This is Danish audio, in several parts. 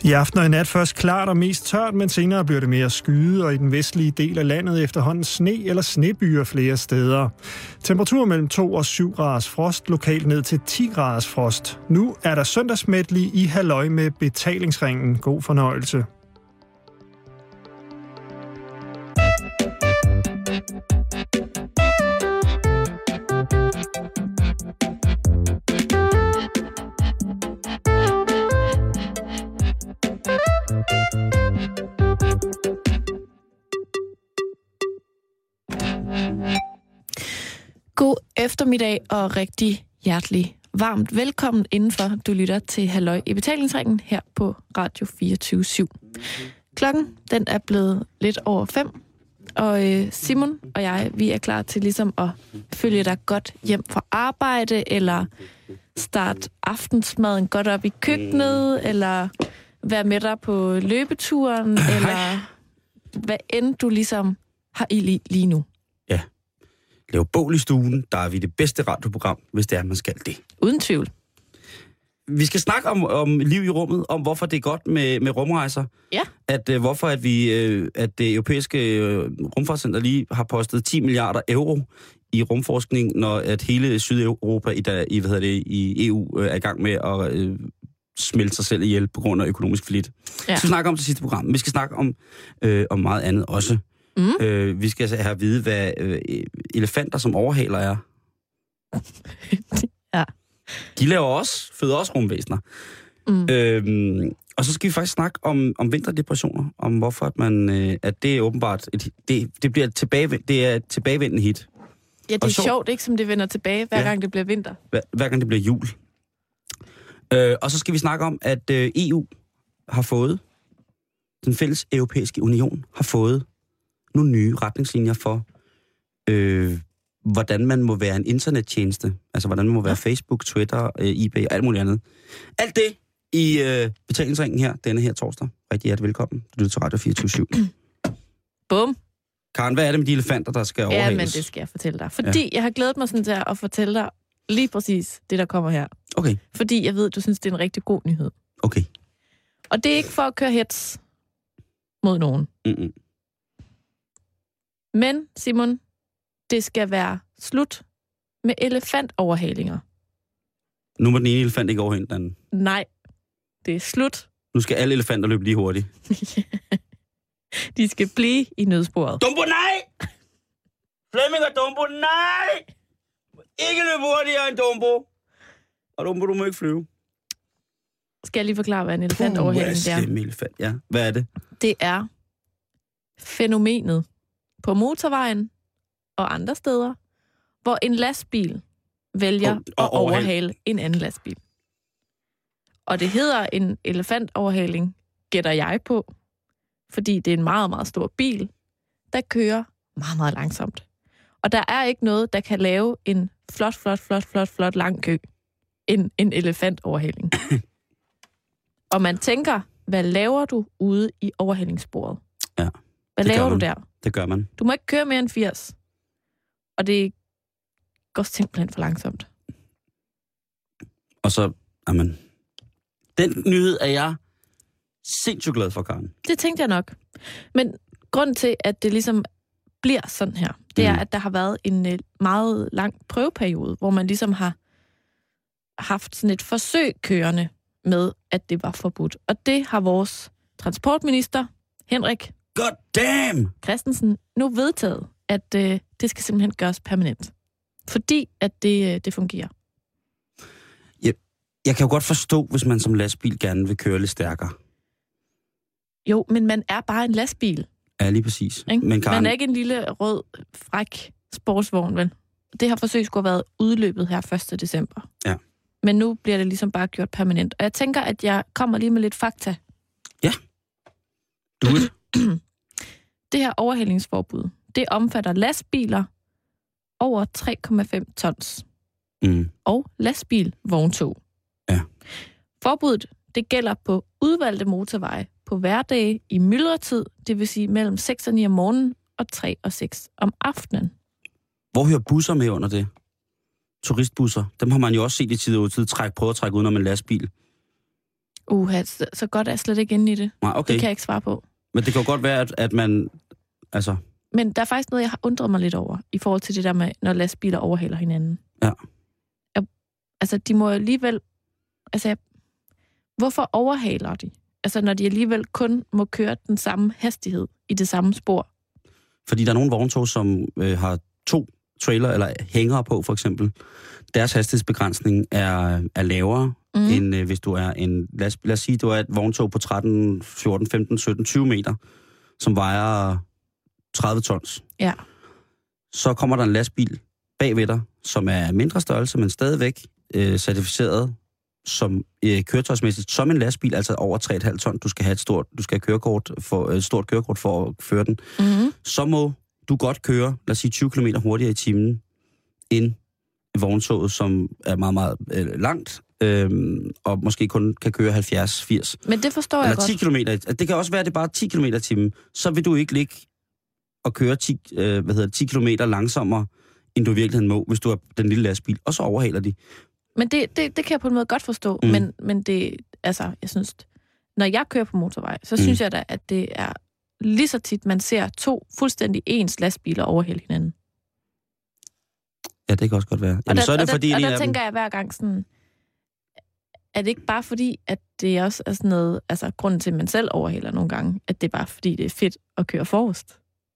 I aften og i nat først klart og mest tørt, men senere bliver det mere skyde, og i den vestlige del af landet efterhånden sne eller snebyer flere steder. Temperatur mellem 2 og 7 graders frost, lokalt ned til 10 graders frost. Nu er der søndagsmedley i halløj med betalingsringen. God fornøjelse. God eftermiddag og rigtig hjertelig varmt velkommen indenfor. Du lytter til Halløj i betalingsringen her på Radio 24/7. Klokken den er blevet lidt over 5, og Simon og jeg, vi er klar til ligesom at følge dig godt hjem fra arbejde, eller starte aftensmaden godt op i køkkenet, eller være med dig på løbeturen, eller hvad end du ligesom har i lige nu. Ja. Lave bål i stuen, der er vi det bedste radioprogram, hvis det er, man skal det. Uden tvivl. Vi skal snakke om liv i rummet, om hvorfor det er godt med rumrejser. Ja. Hvorfor at det europæiske rumfartscenter lige har postet 10 milliarder euro i rumforskning, når at hele Sydeuropa i EU er i gang med at smelte sig selv ihjel på grund af økonomisk flit. Ja. Vi skal snakke om det sidste program. Vi skal snakke om meget andet også. Vi skal altså have at vide, hvad elefanter som overhaler er. Ja. De føder også rumvæsener. Og så skal vi faktisk snakke om vinterdepressioner, om hvorfor at det er åbenbart det bliver et tilbagevendende hit. Ja, det er sjovt, ikke, som det vender tilbage, hver gang det bliver vinter. Hver gang det bliver jul. Og så skal vi snakke om, at EU har fået, den fælles europæiske union har fået nogle nye retningslinjer for, hvordan man må være en internettjeneste. Altså, hvordan man må være Facebook, Twitter, eBay og alt muligt andet. Alt det i betalingsringen her, denne her torsdag. Rigtig hjertelig velkommen. Du lytter til Radio 24/7. Bum. Karen, hvad er det med de elefanter, der skal overhales? Ja, men det skal jeg fortælle dig. Fordi jeg har glædet mig sådan til at fortælle dig lige præcis det, der kommer her. Okay. Fordi jeg ved, du synes, det er en rigtig god nyhed. Okay. Og det er ikke for at køre hets mod nogen. Mm-mm. Men, Simon, det skal være slut med elefantoverhalinger. Nu må den ene elefant ikke overhale den anden. Nej, det er slut. Nu skal alle elefanter løbe lige hurtigt. De skal blive i nødsporet. Dumbo, nej! Flemming og Dumbo, nej! Ikke løbe hurtigere end Dumbo. Og Dumbo, du må ikke flyve. Skal jeg lige forklare, hvad en elefantoverhaling er? Elefant, ja. Hvad er det? Det er fænomenet på motorvejen og andre steder, hvor en lastbil vælger at overhale en anden lastbil. Og det hedder en elefantoverhaling, gætter jeg på, fordi det er en meget, meget stor bil, der kører meget, meget langsomt. Og der er ikke noget, der kan lave en flot lang kø. En elefantoverhaling. Og man tænker, hvad laver du ude i overhalingssporet? Ja. Hvad laver du der? Det gør man. Du må ikke køre mere end 80. Og det går simpelthen for langsomt. Og så, jamen, den nyhed er jeg sindssygt glad for, Karen. Det tænkte jeg nok. Men grund til, at det ligesom bliver sådan her, det er, at der har været en meget lang prøveperiode, hvor man ligesom har haft sådan et forsøg kørende med, at det var forbudt. Og det har vores transportminister, Henrik Christensen, nu vedtaget, at det skal simpelthen gøres permanent. Fordi at det fungerer. Jeg kan jo godt forstå, hvis man som lastbil gerne vil køre lidt stærkere. Jo, men man er bare en lastbil. Ja, lige præcis. Men Karen, man er ikke en lille rød, fræk sportsvogn, vel? Det her forsøg skulle have været udløbet her 1. december. Ja. Men nu bliver det ligesom bare gjort permanent. Og jeg tænker, at jeg kommer lige med lidt fakta. Ja. Do it. Det her overhalingsforbud, det omfatter lastbiler over 3,5 tons. Og lastbilvogntog. Ja. Forbuddet, det gælder på udvalgte motorveje på hverdage i myldretid, det vil sige mellem 6 og 9 om morgenen og 3 og 6 om aftenen. Hvor hører busser med under det? Turistbusser. Dem har man jo også set i tid og tid prøve at trække ud, når man lastbil. Så godt er jeg slet ikke inde i det. Nej, okay. Det kan jeg ikke svare på. Men det kan jo godt være, at man... Altså... Men der er faktisk noget, jeg har undret mig lidt over, i forhold til det der med, når lastbiler overhaler hinanden. Ja. Altså, de må alligevel... Altså, hvorfor overhaler de? Altså, når de alligevel kun må køre den samme hastighed i det samme spor. Fordi der er nogle vogntog, som har 2 trailer eller hængere på, for eksempel. Deres hastighedsbegrænsning er lavere, end hvis du er en... Lad os sige, du er et vogntog på 13, 14, 15, 17, 20 meter, som vejer 30 tons. Ja. Så kommer der en lastbil bagved dig, som er mindre størrelse, men stadigvæk certificeret som køretøjsmæssigt som en lastbil, altså over 3,5 ton. Du skal have et stort kørekort for at føre den. Mm-hmm. Så må du godt køre, lad os sige 20 km hurtigere i timen end vogntoget, som er meget, meget langt, og måske kun kan køre 70-80. Men det forstår jeg godt. 10 km. Det kan også være, at det er bare 10 km i timen. Så vil du ikke ligge og køre 10 km langsommere, end du i virkeligheden må, hvis du er den lille lastbil, og så overhaler de. Men det kan jeg på en måde godt forstå, men det, altså, jeg synes, når jeg kører på motorvej, så synes jeg da, at det er lige så tit, man ser 2 fuldstændig ens lastbiler overhælde hinanden. Ja, det kan også godt være. Jamen, så er det fordi, der tænker jeg hver gang sådan, er det ikke bare fordi, at det også er sådan noget, altså grunden til, at man selv overhælder nogle gange, at det er bare fordi, det er fedt at køre forrest?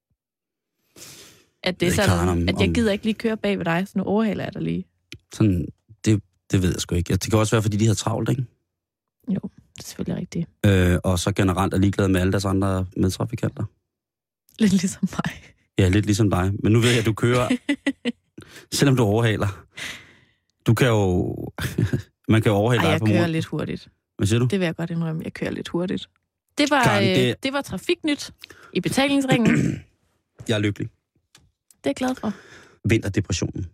At det er sådan, at jeg gider ikke lige køre bag ved dig, så nu overhælder jeg dig lige. Sådan, det ved jeg sgu ikke. Det kan også være, fordi de har travlt, ikke? Jo, det er selvfølgelig rigtigt. Og så generelt er ligeglade med alle deres andre medtrafikanter. Lidt ligesom mig. Ja, lidt ligesom dig. Men nu ved jeg, at du kører, selvom du overhaler. Du kan jo... Man kan jo overhale dig på jeg kører lidt hurtigt. Hvad siger du? Det vil jeg godt indrømme. Jeg kører lidt hurtigt. Det var trafiknyt i betalingsringen. Jeg er lykkelig. Det er jeg glad for. Vinterdepressionen.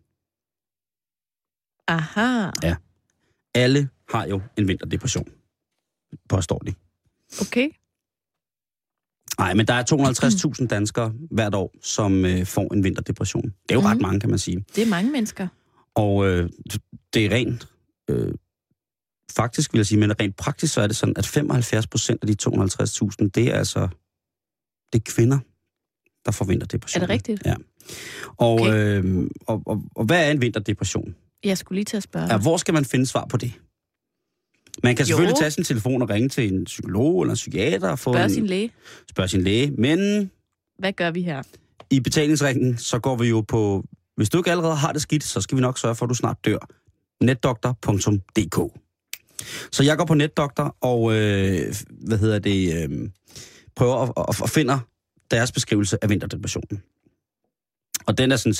Aha. Ja. Alle har jo en vinterdepression. Påstår de. Okay. Nej, men der er 250.000 danskere hvert år, som får en vinterdepression. Det er jo ret mange, kan man sige. Det er mange mennesker. Og det er rent... faktisk vil jeg sige, men rent praktisk så er det sådan, at 75% af de 250.000, det er altså... Det er kvinder, der får vinterdepression. Er det rigtigt? Ja. Og, okay. Og hvad er en vinterdepression? Jeg skulle lige til at spørge. Ja, hvor skal man finde svar på det? Man kan selvfølgelig tage sin telefon og ringe til en psykolog eller en psykiater. Og spørge sin læge. Men... Hvad gør vi her? I betalingsringen, så går vi jo på... Hvis du ikke allerede har det skidt, så skal vi nok sørge for, at du snart dør. netdoktor.dk. Så jeg går på netdoktor og prøver at finde deres beskrivelse af vinterdepressionen. Og den er sådan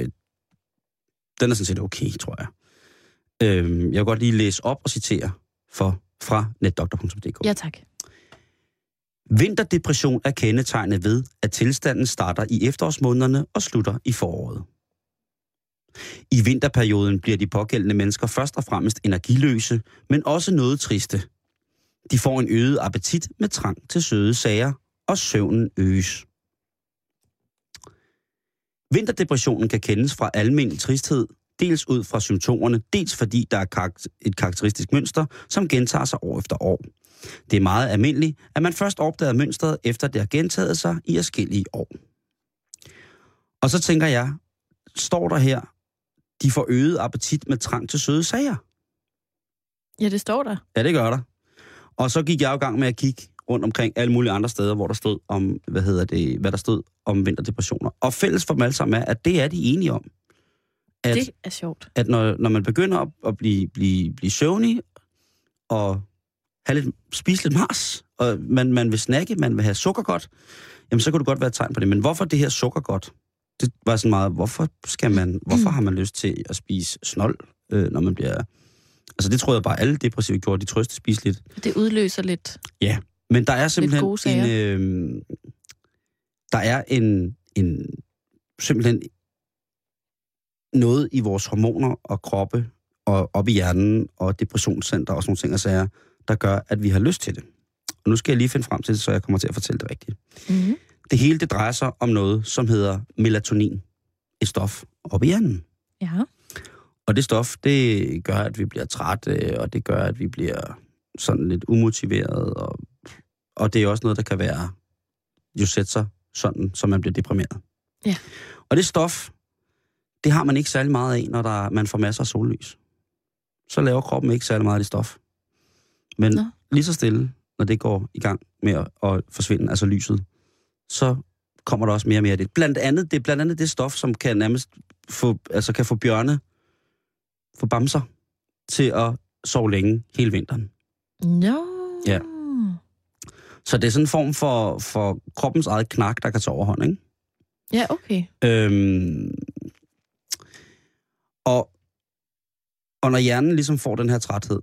set okay, tror jeg. Jeg vil godt lige læse op og citere fra netdoktor.dk. Ja, tak. Vinterdepression er kendetegnet ved, at tilstanden starter i efterårsmånederne og slutter i foråret. I vinterperioden bliver de pågældende mennesker først og fremmest energiløse, men også noget triste. De får en øget appetit med trang til søde sager, og søvnen øges. Vinterdepressionen kan kendes fra almindelig tristhed, dels ud fra symptomerne, dels fordi der er et karakteristisk mønster, som gentager sig år efter år. Det er meget almindeligt, at man først opdager mønstret, efter det har gentaget sig i adskillige år. Og så tænker jeg, står der her, de får øget appetit med trang til søde sager? Ja, det står der. Ja, det gør der. Og så gik jeg i gang med at kigge rundt omkring alle mulige andre steder, hvor der stod om, hvad der stod om vinterdepressioner. Og fælles for dem alle sammen er, at det er de enige om. Det er sjovt. At når man begynder at blive søvnig og spise lidt Mars, og man vil snakke, man vil have sukkergodt, jamen så kunne det godt være et tegn på det. Men hvorfor det her sukkergodt? Det var sådan meget, hvorfor har man lyst til at spise snold, når man bliver... Altså det tror jeg bare, alle depressive gjorde, de trøste spise lidt. Det udløser lidt. Ja, men der er simpelthen simpelthen noget i vores hormoner og kroppe og op i hjernen og depressionscenter og sådan nogle ting og sager, der gør, at vi har lyst til det. Og nu skal jeg lige finde frem til det, så jeg kommer til at fortælle det rigtigt. Mm-hmm. Det hele, det drejer sig om noget, som hedder melatonin. Et stof op i hjernen. Ja. Og det stof, det gør, at vi bliver trætte, og det gør, at vi bliver sådan lidt umotiveret, og det er også noget, der kan være, jo sætte sig sådan, så man bliver deprimeret. Ja. Og det stof, det har man ikke særlig meget af, når man får masser af sollys. Så laver kroppen ikke særlig meget af det stof. Men lige så stille, når det går i gang med at forsvinde, altså lyset, så kommer der også mere og mere af det. Blandt andet det stof, som kan nærmest få bjørne, få bamser til at sove længe hele vinteren. No. Ja. Så det er sådan en form for kroppens eget knak, der kan tage overhånd, ikke? Ja, okay. Og når hjernen ligesom får den her træthed,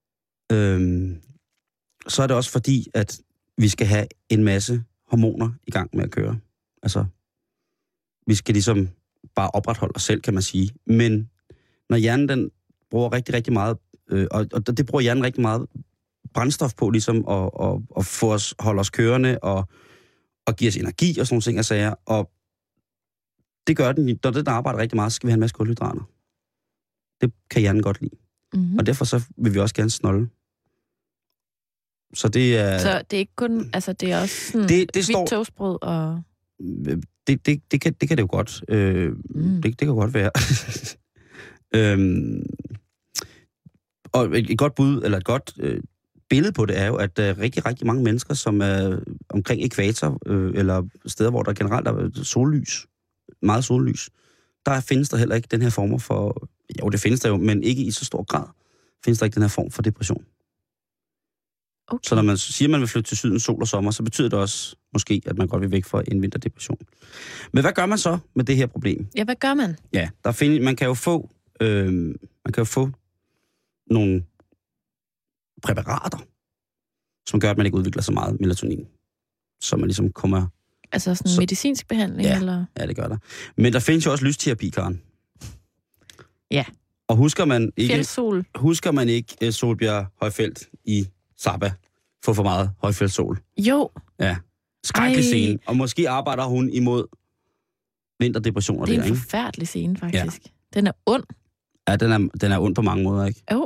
så er det også fordi, at vi skal have en masse hormoner i gang med at køre. Altså, vi skal ligesom bare opretholde os selv, kan man sige. Men når hjernen den bruger rigtig, rigtig meget, og det bruger hjernen rigtig meget brændstof på, ligesom at få os, holde os kørende og give os energi og sådan nogle ting og sager. Og det gør den, når den arbejder rigtig meget, så skal vi have en masse kulhydrater. Det kan hjernen godt lide. Mm-hmm. Og derfor så vil vi også gerne snolde. Så det er... Så det er ikke kun... Altså, det er også sådan hvidt toastbrød og... Det kan det jo godt. Det kan godt være. Og et godt bud, eller et godt billede på det er jo, at der er rigtig, rigtig mange mennesker, som er omkring ækvator, eller steder, hvor der generelt er sollys, meget sollys, der findes der heller ikke den her form for... Jo, det findes der jo, men ikke i så stor grad. Findes der ikke den her form for depression. Okay. Så når man siger, at man vil flytte til syden sol og sommer, så betyder det også måske, at man godt vil væk fra en vinterdepression. Men hvad gør man så med det her problem? Ja, hvad gør man? Ja, man kan jo få nogle præparater, som gør, at man ikke udvikler så meget melatonin. Så man ligesom kommer... Altså sådan medicinsk behandling, ja, eller? Ja, det gør der. Men der findes jo også lysterapi, Karen. Ja. Og husker man ikke Solbjerg Højfeldt i Saba for meget højfeldssol? Jo. Ja. Skrækkelig scene. Og måske arbejder hun imod vinterdepressioner. Det er en forfærdelig scene, faktisk. Ja. Den er ond. Ja, den er ond på mange måder, ikke? Jo.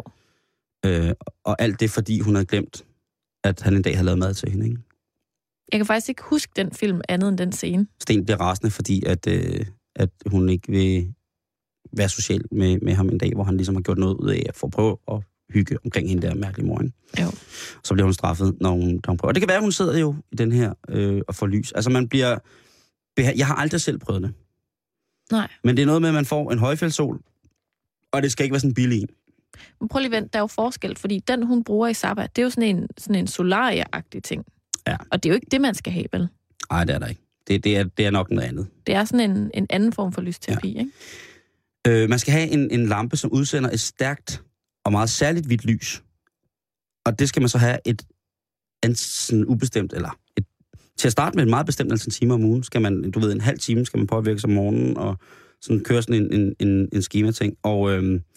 Og alt det, fordi hun havde glemt, at han en dag havde lavet mad til hende, ikke? Jeg kan faktisk ikke huske den film andet end den scene. Sten bliver rasende, fordi at hun ikke vil være social med ham en dag, hvor han ligesom har gjort noget ud af at få prøve at hygge omkring hende der mærkelige morgen. Jo. Så bliver hun straffet, når hun prøver. Og det kan være, at hun sidder jo i den her og får lys. Altså man bliver... Jeg har aldrig selv prøvet det. Nej. Men det er noget med, at man får en højfeldssol, og det skal ikke være sådan en billig en. Men prøv lige vent, der er jo forskel, fordi den, hun bruger i Saba, det er jo sådan en solaria-agtig ting. Ja. Og det er jo ikke det, man skal have, vel? Nej, det er der ikke. Det er nok noget andet. Det er sådan en anden form for lysterapi, ja. Ikke? Man skal have en lampe, som udsender et stærkt og meget særligt hvidt lys. Og det skal man så have et sådan ubestemt, til at starte med et meget bestemt antal timer om ugen, skal man, en halv time skal man påvirke sig om morgenen, og sådan køre sådan en schema-ting. Og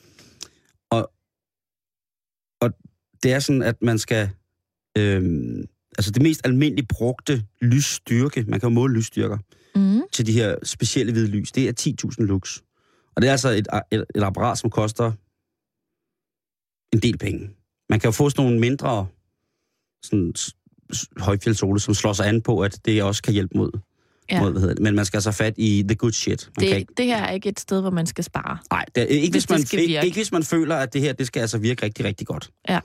det er sådan, at man skal... altså det mest almindeligt brugte lysstyrke, man kan jo måle lysstyrker, til de her specielle hvide lys, det er 10.000 lux. Og det er altså et apparat, som koster en del penge. Man kan jo få sådan nogle mindre sådan højfjeldssole, som slår sig an på, at det også kan hjælpe mod, men man skal altså fat i the good shit. Det her er ikke et sted, hvor man skal spare. Nej, ikke hvis man føler, at det her, det skal altså virke rigtig, rigtig godt. Ja.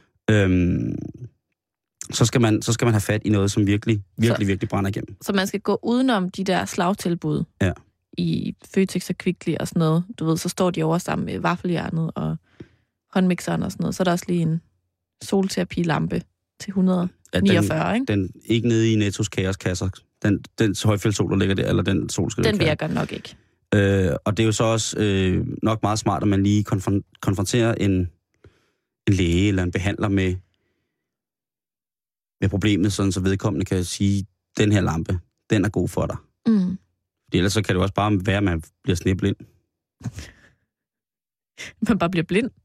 Så skal man have fat i noget, som virkelig brænder igennem. Så man skal gå udenom de der slagtilbud i Føtex og Kvickly og sådan noget. Du ved, så står de over sammen med vaffeljernet og håndmixeren og sådan noget. Så er der også lige en solterapi-lampe til 149, ikke? Den ikke nede i Nettos kaoskasser. Den højfeldssol, der ligger der, eller den solskal. Den virker nok ikke. Og det er jo så også nok meget smart, at man lige konfronterer en læge eller en behandler med problemet, sådan så vedkommende kan sige, den her lampe, den er god for dig. Mm. Ellers så kan det også bare være, at man bliver snedblind. Man bare bliver blind?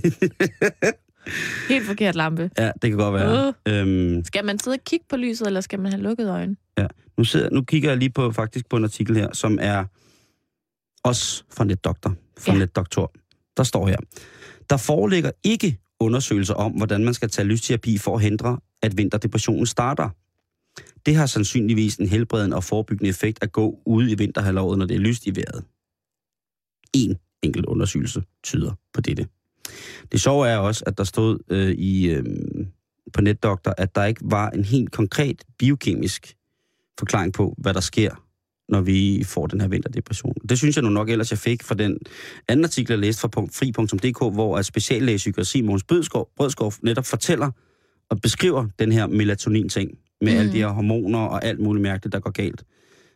Helt forkert lampe. Ja, det kan godt være. Skal man sidde og kigge på lyset, eller skal man have lukket øjnene? Ja, nu kigger jeg lige på en artikel her, som er også fra NetDoktor. Der står her: der foreligger ikke undersøgelser om, hvordan man skal tage lysterapi for at hindre, at vinterdepressionen starter. Det har sandsynligvis en helbredende og forebyggende effekt at gå ude i vinterhalvåret, når det er lyst i vejret. En enkelt undersøgelse tyder på dette. Det sjove er også, at der stod på NetDoktor, at der ikke var en helt konkret biokemisk forklaring på, hvad der sker, når vi får den her vinterdepression. Det synes jeg nu nok ellers, jeg fik fra den anden artikel, jeg læste fra fri.dk, hvor speciallæge psykiatri Mogens Brødskov netop fortæller og beskriver den her melatonin-ting med alle de her hormoner og alt muligt mærkeligt, der går galt.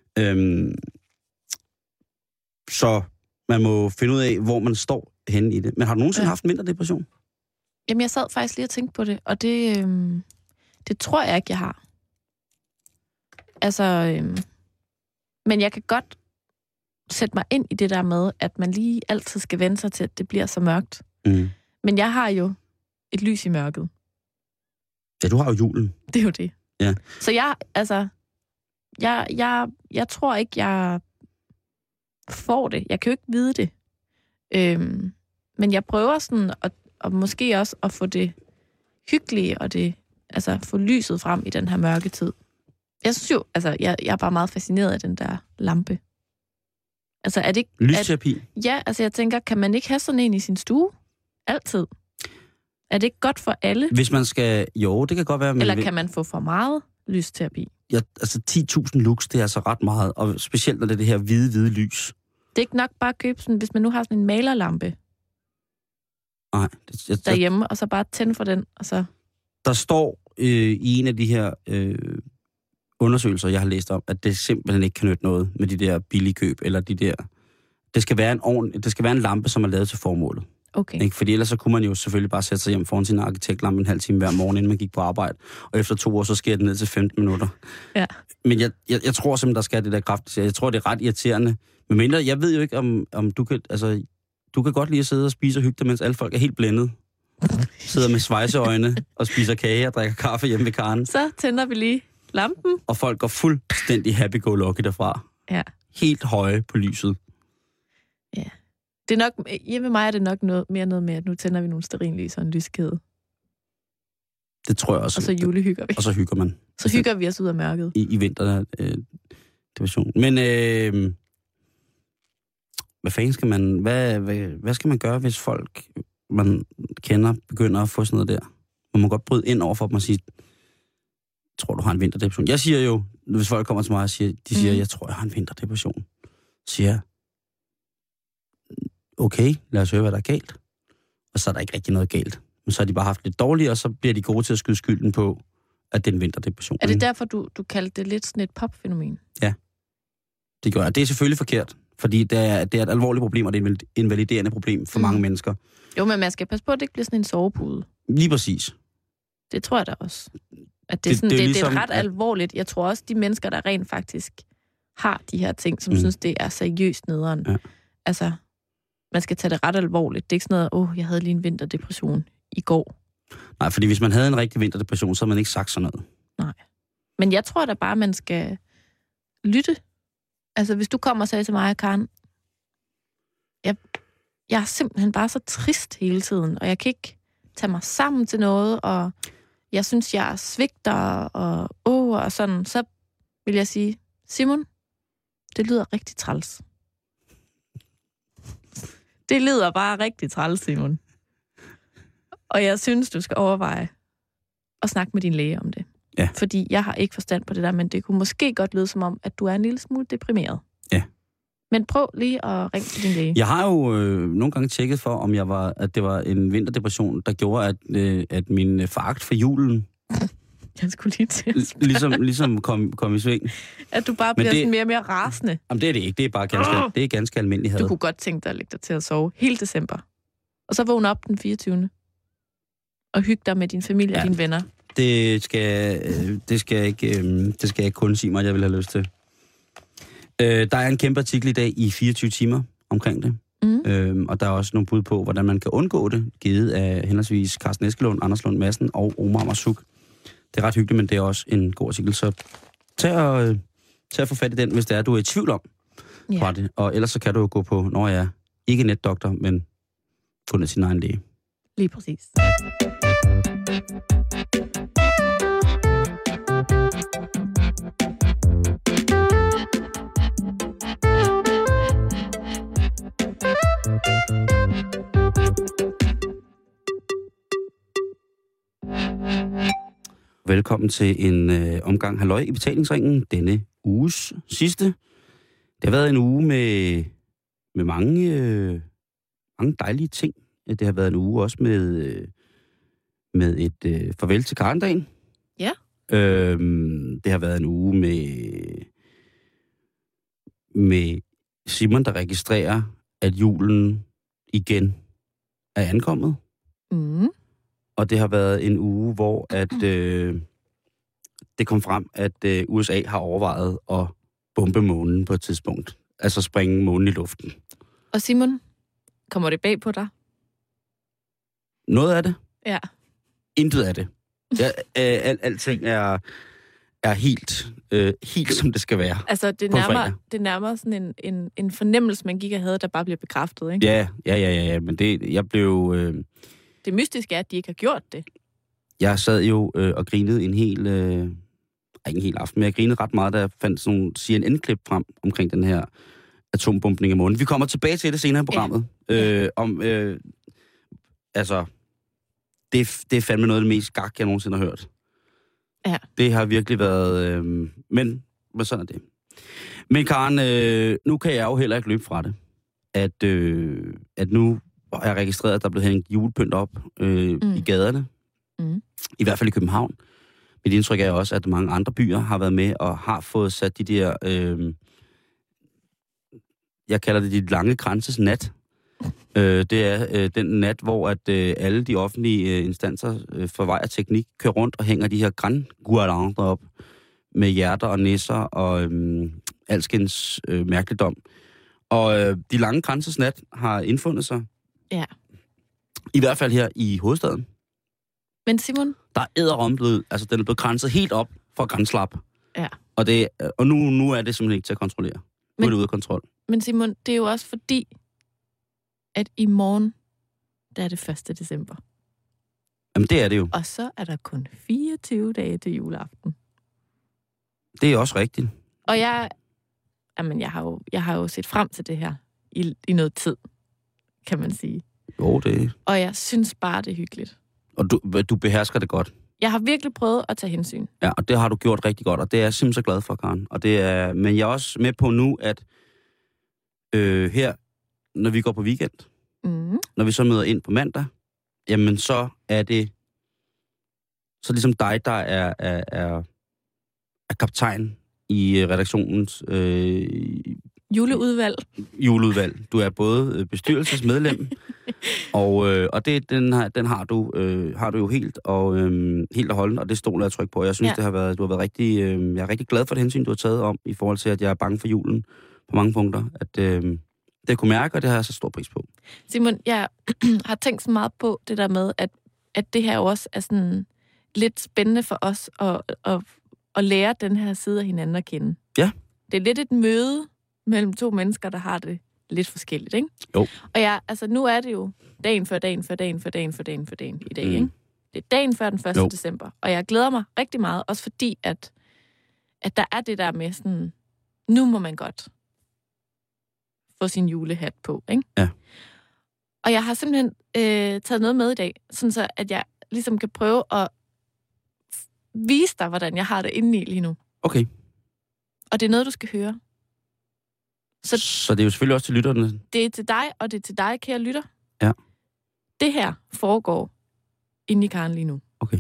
Så man må finde ud af, hvor man står henne i det. Men har du nogensinde haft en vinterdepression? Jamen, jeg sad faktisk lige og tænkte på det, og det tror jeg ikke, jeg har. Altså, men jeg kan godt sætte mig ind i det der med, at man lige altid skal vende sig til, at det bliver så mørkt. Men jeg har jo et lys i mørket. Ja, du har jo julen. Det er jo det. Ja. Så jeg tror ikke, jeg får det. Jeg kan jo ikke vide det. Men jeg prøver sådan og måske også at få det hyggelige og det, altså få lyset frem i den her mørke tid. Jeg synes jo, altså jeg er bare meget fascineret af den der lampe. Altså er det ikke... Lysterapi? Ja, altså jeg tænker, kan man ikke have sådan en i sin stue? Altid. Er det ikke godt for alle? Hvis man skal... Jo, det kan godt være... Eller kan man få for meget lysterapi? Ja, altså 10.000 lux, det er altså ret meget. Og specielt når det er det her hvide lys. Det er ikke nok bare at købe sådan, hvis man nu har sådan en malerlampe. Nej. Derhjemme, og så bare tænde for den, og så... Der står i en af de her undersøgelser, jeg har læst om, at det simpelthen ikke kan nytte noget med de der billige køb, eller de der... Det skal være en lampe, som er lavet til formålet. Okay. Ikke? Fordi ellers så kunne man jo selvfølgelig bare sætte sig hjem foran sin arkitektlampe en halv time hver morgen, inden man gik på arbejde. Og efter 2 år, så sker det ned til 15 minutter. Ja. Men jeg tror simpelthen, der skal det der kraft. Jeg tror, det er ret irriterende. Men mindre, jeg ved jo ikke, om du kan... Altså, du kan godt lide at sidde og spise og hygge dig, mens alle folk er helt blændet. Sidder med svejseøjne og spiser kage og drikker kaffe hjemme ved Karen. Så tænder vi lige lampen. Og folk går fuldstændig happy-go-lucky derfra. Ja. Helt høje på lyset. Ja. Det er nok, hjemme med mig er det nok noget med, at nu tænder vi nogle stearinlys og en lyskæde. Det tror jeg også. Og så julehygger vi. Og så hygger man. Så hygger vi os ud af mørket. I vinterdepression. Men hvad fanden skal man... Hvad skal man gøre, hvis folk, man kender, begynder at få sådan noget der? Man må godt bryde ind over for dem og sige, tror du har en vinterdepression? Jeg siger jo, hvis folk kommer til mig og siger, jeg tror, jeg har en vinterdepression. Så siger jeg, okay, lad os høre, hvad der er galt. Og så er der ikke rigtig noget galt. Men så har de bare haft lidt dårligt, og så bliver de gode til at skyde skylden på, at det er en vinterdepression. Er det derfor, du kaldte det lidt sådan et popfænomen? Ja, det gør jeg. Det er selvfølgelig forkert, fordi det er et alvorligt problem, og det er et invaliderende problem for mange mennesker. Jo, men man skal passe på, at det ikke bliver sådan en sovepude. Lige præcis. Det tror jeg da også. At det er ligesom, det er ret alvorligt. Jeg tror også, de mennesker, der rent faktisk har de her ting, som synes, det er seriøst nederen. Ja. Altså, man skal tage det ret alvorligt. Det er ikke sådan noget, jeg havde lige en vinterdepression i går. Nej, fordi hvis man havde en rigtig vinterdepression, så havde man ikke sagt sådan noget. Nej. Men jeg tror da bare, man skal lytte. Altså, hvis du kommer og sagde til mig, Karen, jeg er simpelthen bare så trist hele tiden, og jeg kan ikke tage mig sammen til noget, og jeg synes, jeg svigter, og sådan, så vil jeg sige, Simon, det lyder rigtig træls. Det lyder bare rigtig træls, Simon. Og jeg synes, du skal overveje at snakke med din læge om det. Ja. Fordi jeg har ikke forstand på det der, men det kunne måske godt lyde som om, at du er en lille smule deprimeret. Ja. Men prøv lige at ringe til din læge. Jeg har jo nogle gange tjekket for, om at det var en vinterdepression, der gjorde, at min foragt for julen jeg skulle lige til ligesom kom i sving. At du bare bliver sådan mere og mere rasende. Jamen det er det ikke. Det er bare det er ganske almindeligt had. Du kunne godt tænke dig at lægge dig til at sove hele december. Og så vågne op den 24. Og hygge dig med din familie og dine venner. Det skal jeg ikke kun sige mig, at jeg vil have lyst til. Der er en kæmpe artikel i dag i 24 timer omkring det. Og der er også nogle bud på, hvordan man kan undgå det, givet af henholdsvis Carsten Eskelund, Anders Lund Madsen og Omar Marzouk. Det er ret hyggeligt, men det er også en god artikel. Så tag at få fat i den, hvis det er, du er i tvivl om fra det. Og ellers så kan du jo gå på, ikke NetDoktor, men få ned sin egen læge. Lige præcis. Velkommen til en omgang halløj i betalingsringen, denne uges sidste. Det har været en uge med mange dejlige ting. Det har været en uge også med et farvel til Karendagen. Ja. Det har været en uge med Simon, der registrerer, at julen igen er ankommet. Mm. Og det har været en uge, hvor at, det kom frem, at USA har overvejet at bombe månen på et tidspunkt. Altså springe månen i luften. Og Simon, kommer det bag på dig? Noget af det. Ja. Intet af det. Ja, alting er helt som det skal være. Altså, det nærmer sådan en fornemmelse, man gik og havde, der bare bliver bekræftet, ikke? Ja. Men jeg blev... Det mystiske er, at de ikke har gjort det. Jeg sad jo og grinede ikke en hel aften, men jeg grinede ret meget, da jeg fandt sådan nogle CNN-klip frem omkring den her atombombning af månen. Vi kommer tilbage til det senere i programmet. Ja. Altså, det er fandme noget af det mest gak, jeg nogensinde har hørt. Ja. Det har virkelig været... Men sådan er det. Men Karen, nu kan jeg jo heller ikke løbe fra det. At nu har jeg registreret, at der er blevet hængt julepynt op i gaderne. Mm. I hvert fald i København. Mit indtryk er også, at mange andre byer har været med og har fået sat de der... jeg kalder det de lange kranses nat. Det er den nat, hvor at alle de offentlige instanser for vej og teknik kører rundt og hænger de her grandguirlander op med hjerter og nisser og alskens mærkeligdom. Og de lange kranses nat har indfundet sig. Ja. I hvert fald her i hovedstaden. Men Simon? Der er edderomblød. Altså, den er blevet kranset helt op for grænslap. Ja. Og nu er det simpelthen ikke til at kontrollere. Nu er det ude af kontrol. Men Simon, det er jo også fordi, at i morgen, der er det 1. december. Jamen, det er det jo. Og så er der kun 24 dage til juleaften. Det er også rigtigt. Og jeg har jo set frem til det her i noget tid, kan man sige. Jo, det... Og jeg synes bare, det er hyggeligt. Og du behersker det godt. Jeg har virkelig prøvet at tage hensyn. Ja, og det har du gjort rigtig godt, og det er jeg simpelthen så glad for, Karen. Men jeg er også med på nu, at her, når vi går på weekend, når vi så møder ind på mandag, jamen så er det så ligesom dig, der er kaptajn i redaktionens juleudvalg. Du er både bestyrelsesmedlem, og den har du jo helt og holdent, og det stoler jeg tryk på. Jeg synes, du har været rigtig, jeg er rigtig glad for det hensyn, du har taget om, i forhold til, at jeg er bange for julen på mange punkter. At det kunne mærke, og det har jeg så stor pris på. Simon, jeg har tænkt så meget på det der med, at det her jo også er sådan lidt spændende for os at lære den her side af hinanden at kende. Ja. Det er lidt et møde mellem to mennesker, der har det lidt forskelligt, ikke? Jo. Og nu er det jo dagen før dagen i dag, ikke? Det er dagen før den 1. december, og jeg glæder mig rigtig meget, også fordi, at der er det der med sådan, nu må man godt få sin julehat på, ikke? Ja. Og jeg har simpelthen taget noget med i dag, sådan så at jeg ligesom kan prøve at vise dig, hvordan jeg har det inde i lige nu. Okay. Og det er noget, du skal høre. Så det er jo selvfølgelig også til lytterne? Det er til dig, og det er til dig, kære lytter. Ja. Det her foregår inde i Karen lige nu. Okay.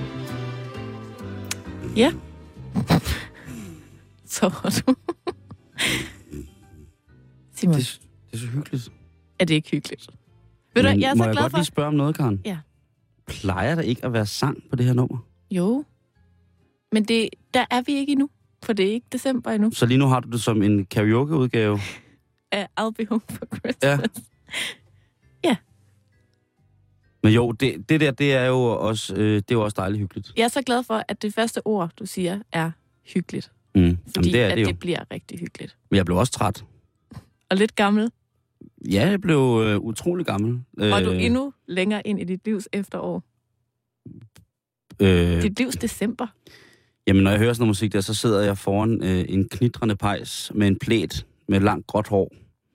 Ja. Så var du. Simon. Det er så hyggeligt. Er det ikke hyggeligt? Ved du, jeg er så må glad jeg godt for... lige spørge om noget, Karen? Ja. Plejer der ikke at være sang på det her nummer? Jo. Men der er vi ikke endnu, for det er ikke december endnu. Så lige nu har du det som en karaoke-udgave? Af I'll Be Home for Christmas. Ja. Ja. Men jo, det der, det er jo også dejligt hyggeligt. Jeg er så glad for, at det første ord, du siger, er hyggeligt. Mm. Fordi det er at det, det bliver rigtig hyggeligt. Men jeg blev også træt. Og lidt gammel. Ja, jeg blev utrolig gammel. Og du endnu længere ind i dit livs efterår. Dit livs december. Jamen, når jeg hører sådan noget musik der, så sidder jeg foran en knitrende pejs med en plæt med langt gråt hår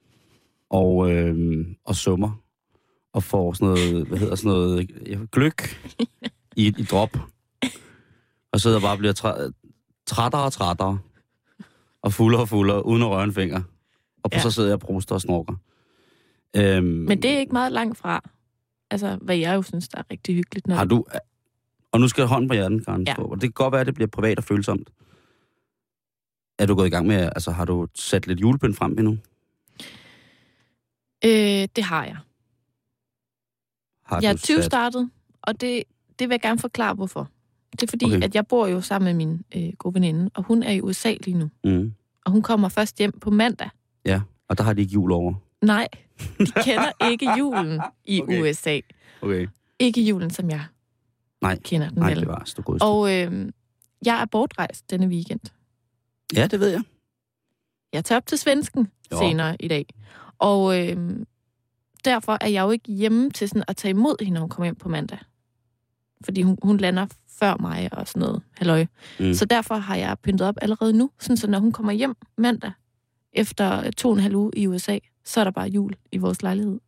og summer og får sådan noget gløk i drop. Og sidder bare og bliver trættere og trættere og fuldere uden at røre en finger. Og så sidder jeg og proster og snorker. Men det er ikke meget langt fra, altså, hvad jeg jo synes, der er rigtig hyggeligt. Når har du... Og nu skal jeg hånden på hjernen, Karen. Ja. Og det kan godt være, at det bliver privat og følsomt. Er du gået i gang med, altså har du sat lidt julepynt frem endnu? Det har jeg. Jeg er 20 startet, og det vil jeg gerne forklare, hvorfor. Det er fordi, at jeg bor jo sammen med min gode veninde, og hun er i USA lige nu. Mm. Og hun kommer først hjem på mandag. Ja, og der har de ikke jul over. Nej, de kender ikke julen i USA. Okay. Ikke julen, som jeg kender den. Nej, det var så godt. Og jeg er bortrejst denne weekend. Ja, det ved jeg. Jeg tager op til svensken senere i dag. Og derfor er jeg jo ikke hjemme til sådan at tage imod hende, når hun kommer hjem på mandag. Fordi hun lander før mig og sådan noget. Halløj. Mm. Så derfor har jeg pyntet op allerede nu. Sådan, så når hun kommer hjem mandag, efter 2,5 uge i USA, så er der bare jul i vores lejlighed.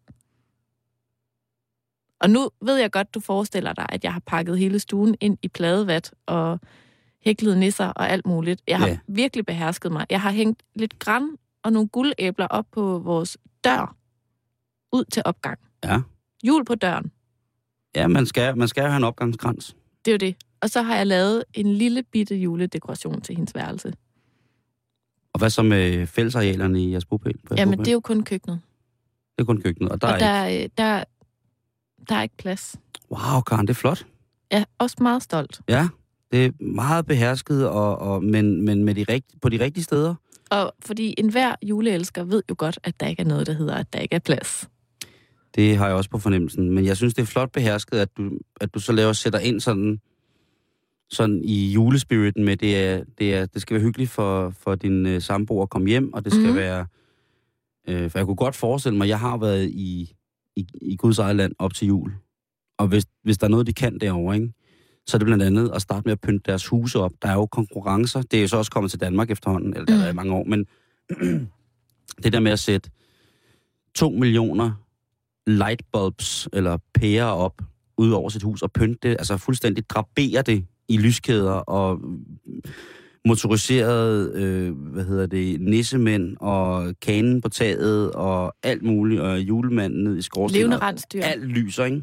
Og nu ved jeg godt, du forestiller dig, at jeg har pakket hele stuen ind i pladevat og hæklet nisser og alt muligt. Jeg har virkelig behersket mig. Jeg har hængt lidt gran og nogle guldæbler op på vores dør ud til opgang. Ja. Jul på døren. Ja, man skal jo have en opgangskrans. Det er jo det. Og så har jeg lavet en lille bitte juledekoration til hendes værelse. Og hvad så med fællesarealerne i jeres bopæl? Jamen, det er jo kun køkkenet. Det er kun køkkenet, og der er ikke plads. Wow, Karen, det er flot. Jeg er også meget stolt. Ja, det er meget behersket, men med på de rigtige steder. Og fordi enhver juleelsker ved jo godt, at der ikke er noget, der hedder, at der ikke er plads. Det har jeg også på fornemmelsen. Men jeg synes, det er flot behersket, at du så sætter ind sådan i julespiriten med, det skal være hyggeligt for din samboer at komme hjem, og det skal være... for jeg kunne godt forestille mig, jeg har været i Guds eget land op til jul. Og hvis der er noget, de kan derovre, ikke? Så er det blandt andet at starte med at pynte deres huse op. Der er jo konkurrencer. Det er jo så også kommet til Danmark efterhånden, eller der er mange år. Men det der med at sætte 2 millioner lightbulbs eller pærer op ud over sit hus og pynte det, altså fuldstændig drapere det i lyskæder og motoriserede, nissemænd og kanen på taget og alt muligt, og julemanden ned i skorstenen. Levende rensdyr. Alt lyser, ikke?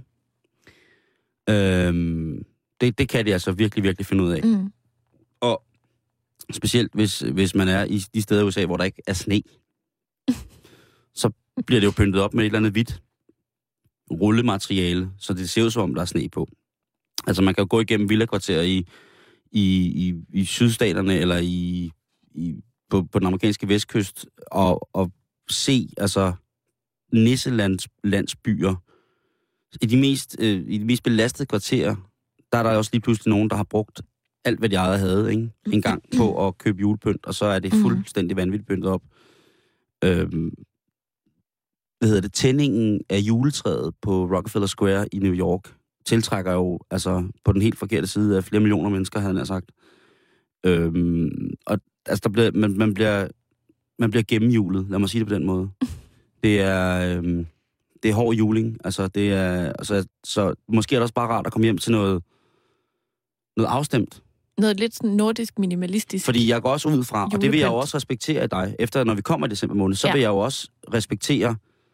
Det kan de altså virkelig, virkelig finde ud af. Mm. Og specielt hvis man er i de steder i USA, hvor der ikke er sne, så bliver det jo pyntet op med et eller andet hvidt rullemateriale, så det ser ud som om, der er sne på. Altså man kan jo gå igennem villakvarterer i sydstaterne eller på den amerikanske vestkyst og se altså nisselandsbyer. I de mest belastede kvarterer, der er der også lige pludselig nogen, der har brugt alt, hvad de ejer havde, ikke? En gang på at købe julepynt, og så er det fuldstændig vanvittigt pyntet op. Tændingen af juletræet på Rockefeller Square i New York tiltrækker jo altså på den helt forkerte side af flere millioner mennesker, havde jeg sagt. Og altså man bliver gennemjulet, lad mig sige det på den måde. Det er hård juling, altså det er så måske er det også bare rart at komme hjem til noget afstemt. Noget lidt sådan nordisk minimalistisk. Fordi jeg går også ud fra, og det vil jeg jo også respektere i dig, efter når vi kommer i december måned, så vil jeg jo også respektere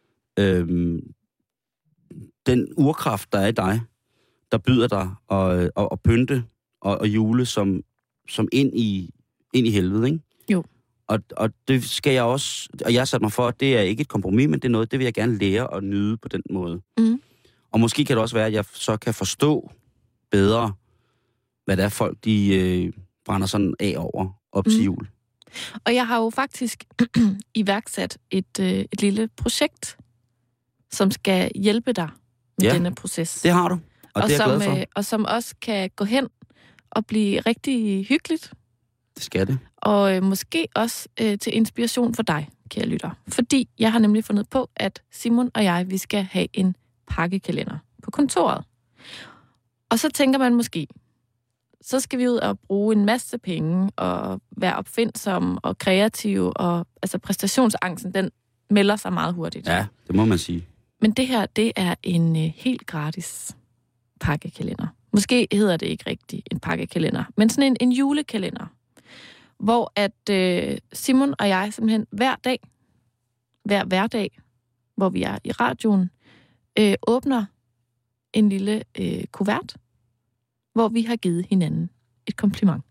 den urkraft, der er i dig, der byder dig at pynte og jule som ind i helvede, ikke? Jo. Og det skal jeg også, og jeg har sat mig for, at det er ikke et kompromis, men det er noget, det vil jeg gerne lære og nyde på den måde. Mm. Og måske kan det også være, at jeg så kan forstå bedre, hvad det er folk, de brænder sådan af over op til jul. Og jeg har jo faktisk iværksat et lille projekt, som skal hjælpe dig med denne proces. Det har du, og det er jeg glad for. Og som også kan gå hen og blive rigtig hyggeligt. Det skal det. Og måske også til inspiration for dig, kære lytter. Fordi jeg har nemlig fundet på, at Simon og jeg, vi skal have en pakkekalender på kontoret. Og så tænker man måske, så skal vi ud og bruge en masse penge og være opfindsomme og kreative, og altså præstationsangsten, den melder sig meget hurtigt. Ja, det må man sige. Men det her, det er en helt gratis pakkekalender. Måske hedder det ikke rigtigt en pakkekalender, men sådan en julekalender, hvor at Simon og jeg simpelthen hver hverdag, hvor vi er i radioen, åbner en lille kuvert, hvor vi har givet hinanden et kompliment.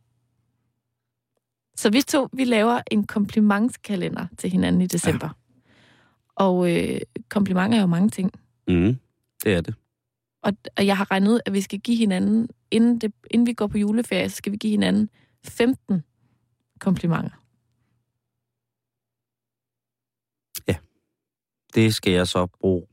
Så vi laver en komplimentskalender til hinanden i december. Ja. Og komplimenter er jo mange ting. Det er det. Og jeg har regnet ud, at vi skal give hinanden, inden vi går på juleferie, så skal vi give hinanden 15 komplimenter. Ja. Det skal jeg så bruge.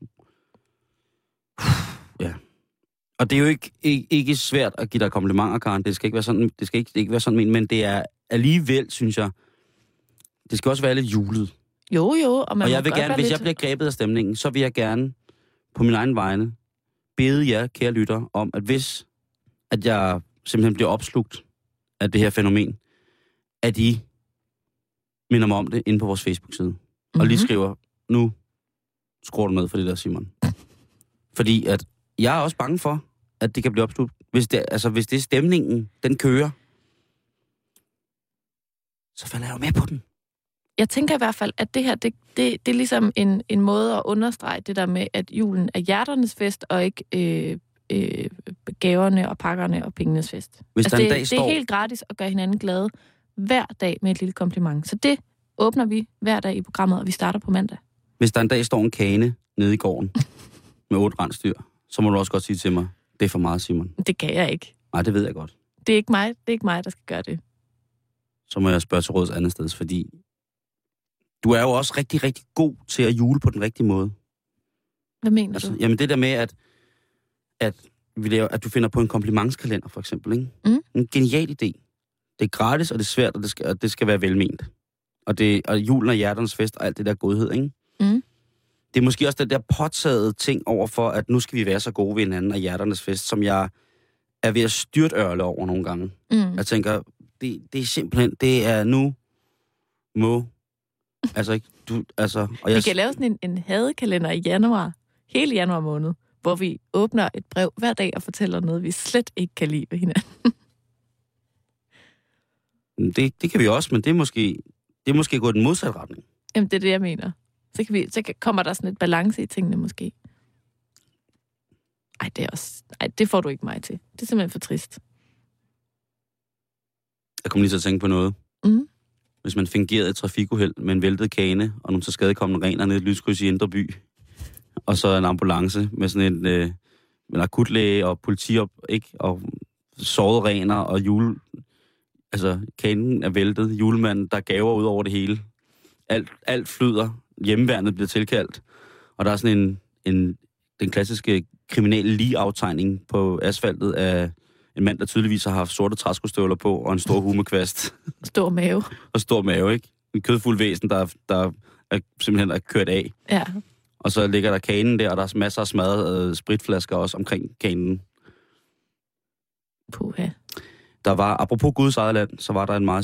Ja. Og det er jo ikke svært at give dig komplimenter, Karen. Det skal ikke være sådan, ikke være sådan, men det er alligevel, synes jeg, det skal også være lidt julet. Jo, og jeg vil gerne, hvis jeg bliver grebet af stemningen, så vil jeg gerne på min egen vegne bede jer, kære lytter, om, at hvis at jeg simpelthen bliver opslugt af det her fænomen, at I minder mig om det inde på vores Facebook-side. Og lige skriver, nu skruer du ned for det der, Simon. Fordi at jeg er også bange for, at det kan blive opslugt. Hvis det er stemningen, den kører, så falder jeg jo med på den. Jeg tænker i hvert fald, at det her, det er ligesom en måde at understrege det der med, at julen er hjerternes fest, og ikke gaverne og pakkerne og pengenes fest. Det er helt gratis at gøre hinanden glade hver dag med et lille kompliment. Så det åbner vi hver dag i programmet, og vi starter på mandag. Hvis der en dag står en kane nede i gården med 8 rensdyr, så må du også godt sige til mig, det er for meget, Simon. Det kan jeg ikke. Nej, det ved jeg godt. Det er ikke mig, der skal gøre det. Så må jeg spørge til råds andet sted, fordi du er jo også rigtig, rigtig god til at jule på den rigtige måde. Hvad mener du? Jamen det der med, at du finder på en komplimentskalender, for eksempel. Ikke? En genial idé. Det er gratis, og det er svært, og det skal være velment. Og julen og hjerternes fest og alt det der godhed, ikke? Det er måske også den der påtagede ting overfor, at nu skal vi være så gode ved hinanden og hjerternes fest, som jeg er ved at styrtørle over nogle gange. Jeg tænker, det er simpelthen, det er nu må. Altså ikke, vi kan lave sådan en hadekalender i januar, hele januar måned, hvor vi åbner et brev hver dag og fortæller noget, vi slet ikke kan lide ved hinanden. Det kan vi også, men det er måske gået den modsatte retning. Jamen, det er det, jeg mener. Så kommer der sådan et balance i tingene, måske. Det får du ikke mig til. Det er simpelthen for trist. Jeg kom lige til at tænke på noget. Hvis man fingerede et trafikuheld med en væltet kane, og nogle så skadekommende rener ned i et lyskryds i Indre By, og så en ambulance med sådan en akutlæge og politi op, ikke? Og sårede rener og kanen er væltet, julemanden, der gaver ud over det hele. Alt flyder, hjemmeværnet bliver tilkaldt, og der er sådan den klassiske kriminelle ligeaftegning på asfaltet af en mand, der tydeligvis har haft sorte træskostøvler på, og en stor humekvast. Stor mave. Og stor mave, ikke? En kødfuld væsen, der simpelthen er kørt af. Ja. Og så ligger der kanen der, og der er masser af smadrede spritflasker også omkring kanen. Puha. Der var, apropos Guds eget land, så var der en meget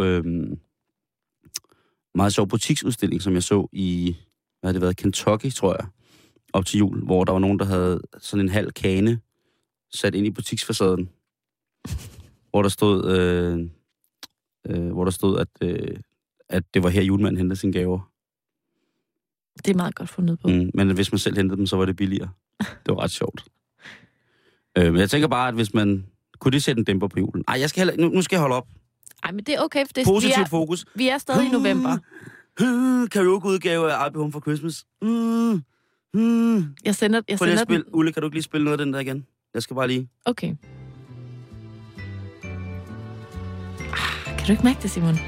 sjov butiksudstilling, som jeg så i, hvad har det været, Kentucky, tror jeg, op til jul, hvor der var nogen, der havde sådan en halv kane sat ind i butiksfacaden, hvor der stod, at det var her julemanden hentede sine gaver. Det er meget godt fundet på. Men hvis man selv hentede dem, så var det billigere. Det var ret sjovt. Men jeg tænker bare, at hvis man... Kunne de sætte en dæmper på julen? Ej, nu skal jeg holde op. Ej, men det er okay, for det Positivt fokus. Vi er stadig i november. Karaoke-udgave af I'll Be Home for Christmas. Jeg sender den. Ulle, kan du ikke lige spille noget af den der igen? Jeg skal bare lige... Okay. Kan du ikke mærke det, Simon?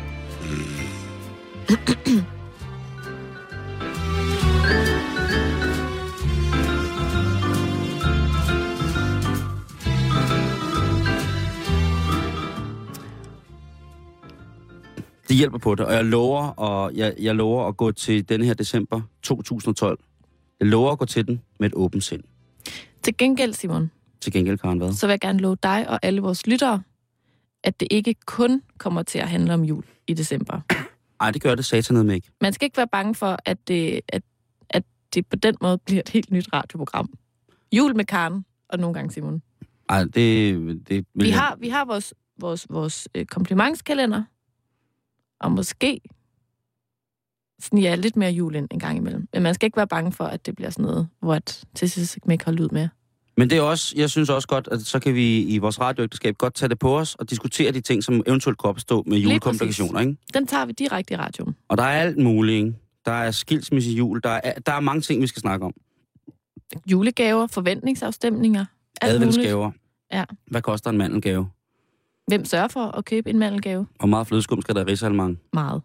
Det hjælper på det, og jeg lover at gå til denne her december 2012. Jeg lover at gå til den med et åbent sind. Til gengæld, Simon. Til gengæld, Karen, hvad? Så vil jeg gerne love dig og alle vores lyttere, at det ikke kun kommer til at handle om jul i december. Nej, det gør det satanede ikke. Man skal ikke være bange for, at det på den måde bliver et helt nyt radioprogram. Jul med Karen, og nogle gange Simon. Nej, det vi har vores komplimentskalender, og måske sniger lidt mere jul ind en gang imellem. Men man skal ikke være bange for, at det bliver sådan noget, hvor at til sidst ikke kan holde ud med. Men det er også, jeg synes også godt, at så kan vi i vores radioægteskab godt tage det på os og diskutere de ting, som eventuelt kan opstå med julekomplikationer, ikke? Den tager vi direkte i radioen. Og der er alt muligt, ikke? Der er skilsmisse jul, der er mange ting, vi skal snakke om. Julegaver, forventningsafstemninger, adventsgaver. Ja. Hvad koster en mandelgave? Hvem sørger for at købe en mandelgave? Hvor meget flødeskum skal der i risalemang? Meget.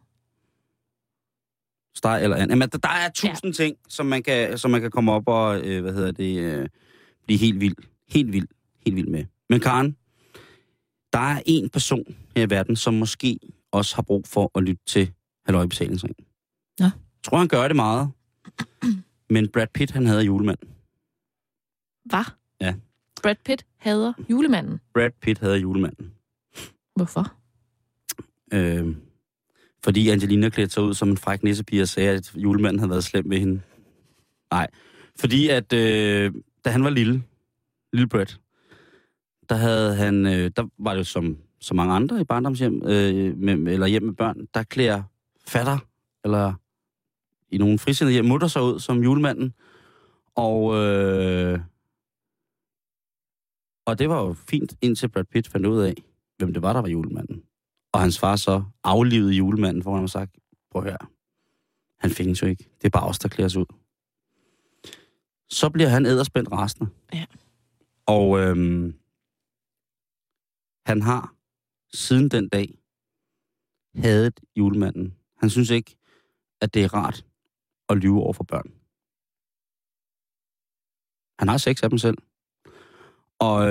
Steg eller andet. Jamen, der er 1000 ting, som man kan komme op og, blive helt vild med. Men Karen, der er en person her i verden, som måske også har brug for at lytte til Halløj Betalingsring. Ja. Jeg tror, han gør det meget. Men Brad Pitt, han hader julemanden. Hvad? Ja. Brad Pitt hader julemanden? Brad Pitt hader julemanden. Hvorfor? Fordi Angelina klædte sig ud som en fræk nissepige og sagde, at julemanden havde været slem ved hende. Nej. Fordi at, da han var lille Brad, der var det jo som så mange andre i barndomshjem, eller hjem med børn, der klæder fatter, eller i nogle frisindede hjem, mutter sig ud som julemanden. Og det var jo fint, indtil Brad Pitt fandt ud af, hvem det var, der var julemanden. Og hans far så aflivede julemanden, hvor han har sagt, prøv her, han findes jo ikke. Det er bare os, der klæder sig ud. Så bliver han edderspændt rasende. Ja. Og han har siden den dag hadet julemanden. Han synes ikke, at det er rart at lyve over for børn. Han har 6 af dem selv. Og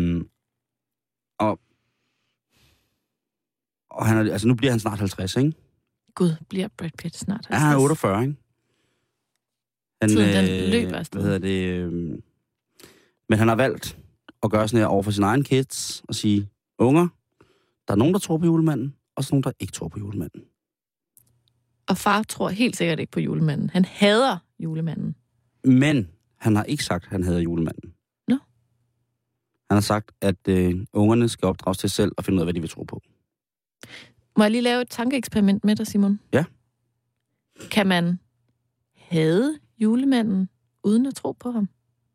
han er, altså nu bliver han snart 50, ikke? Gud, bliver Brad Pitt snart 50? Ja, han er 48, ikke? Tiden den løber afsted. Men han har valgt at gøre sådan her over for sine egne kids og sige, unger, der er nogen, der tror på julemanden, og så nogen, der ikke tror på julemanden. Og far tror helt sikkert ikke på julemanden. Han hader julemanden. Men han har ikke sagt, at han hader julemanden. Nå. Han har sagt, at ungerne skal opdrages til selv og finde ud af, hvad de vil tro på. Må jeg lige lave et tankeeksperiment med dig, Simon? Ja. Kan man hade julemanden uden at tro på ham?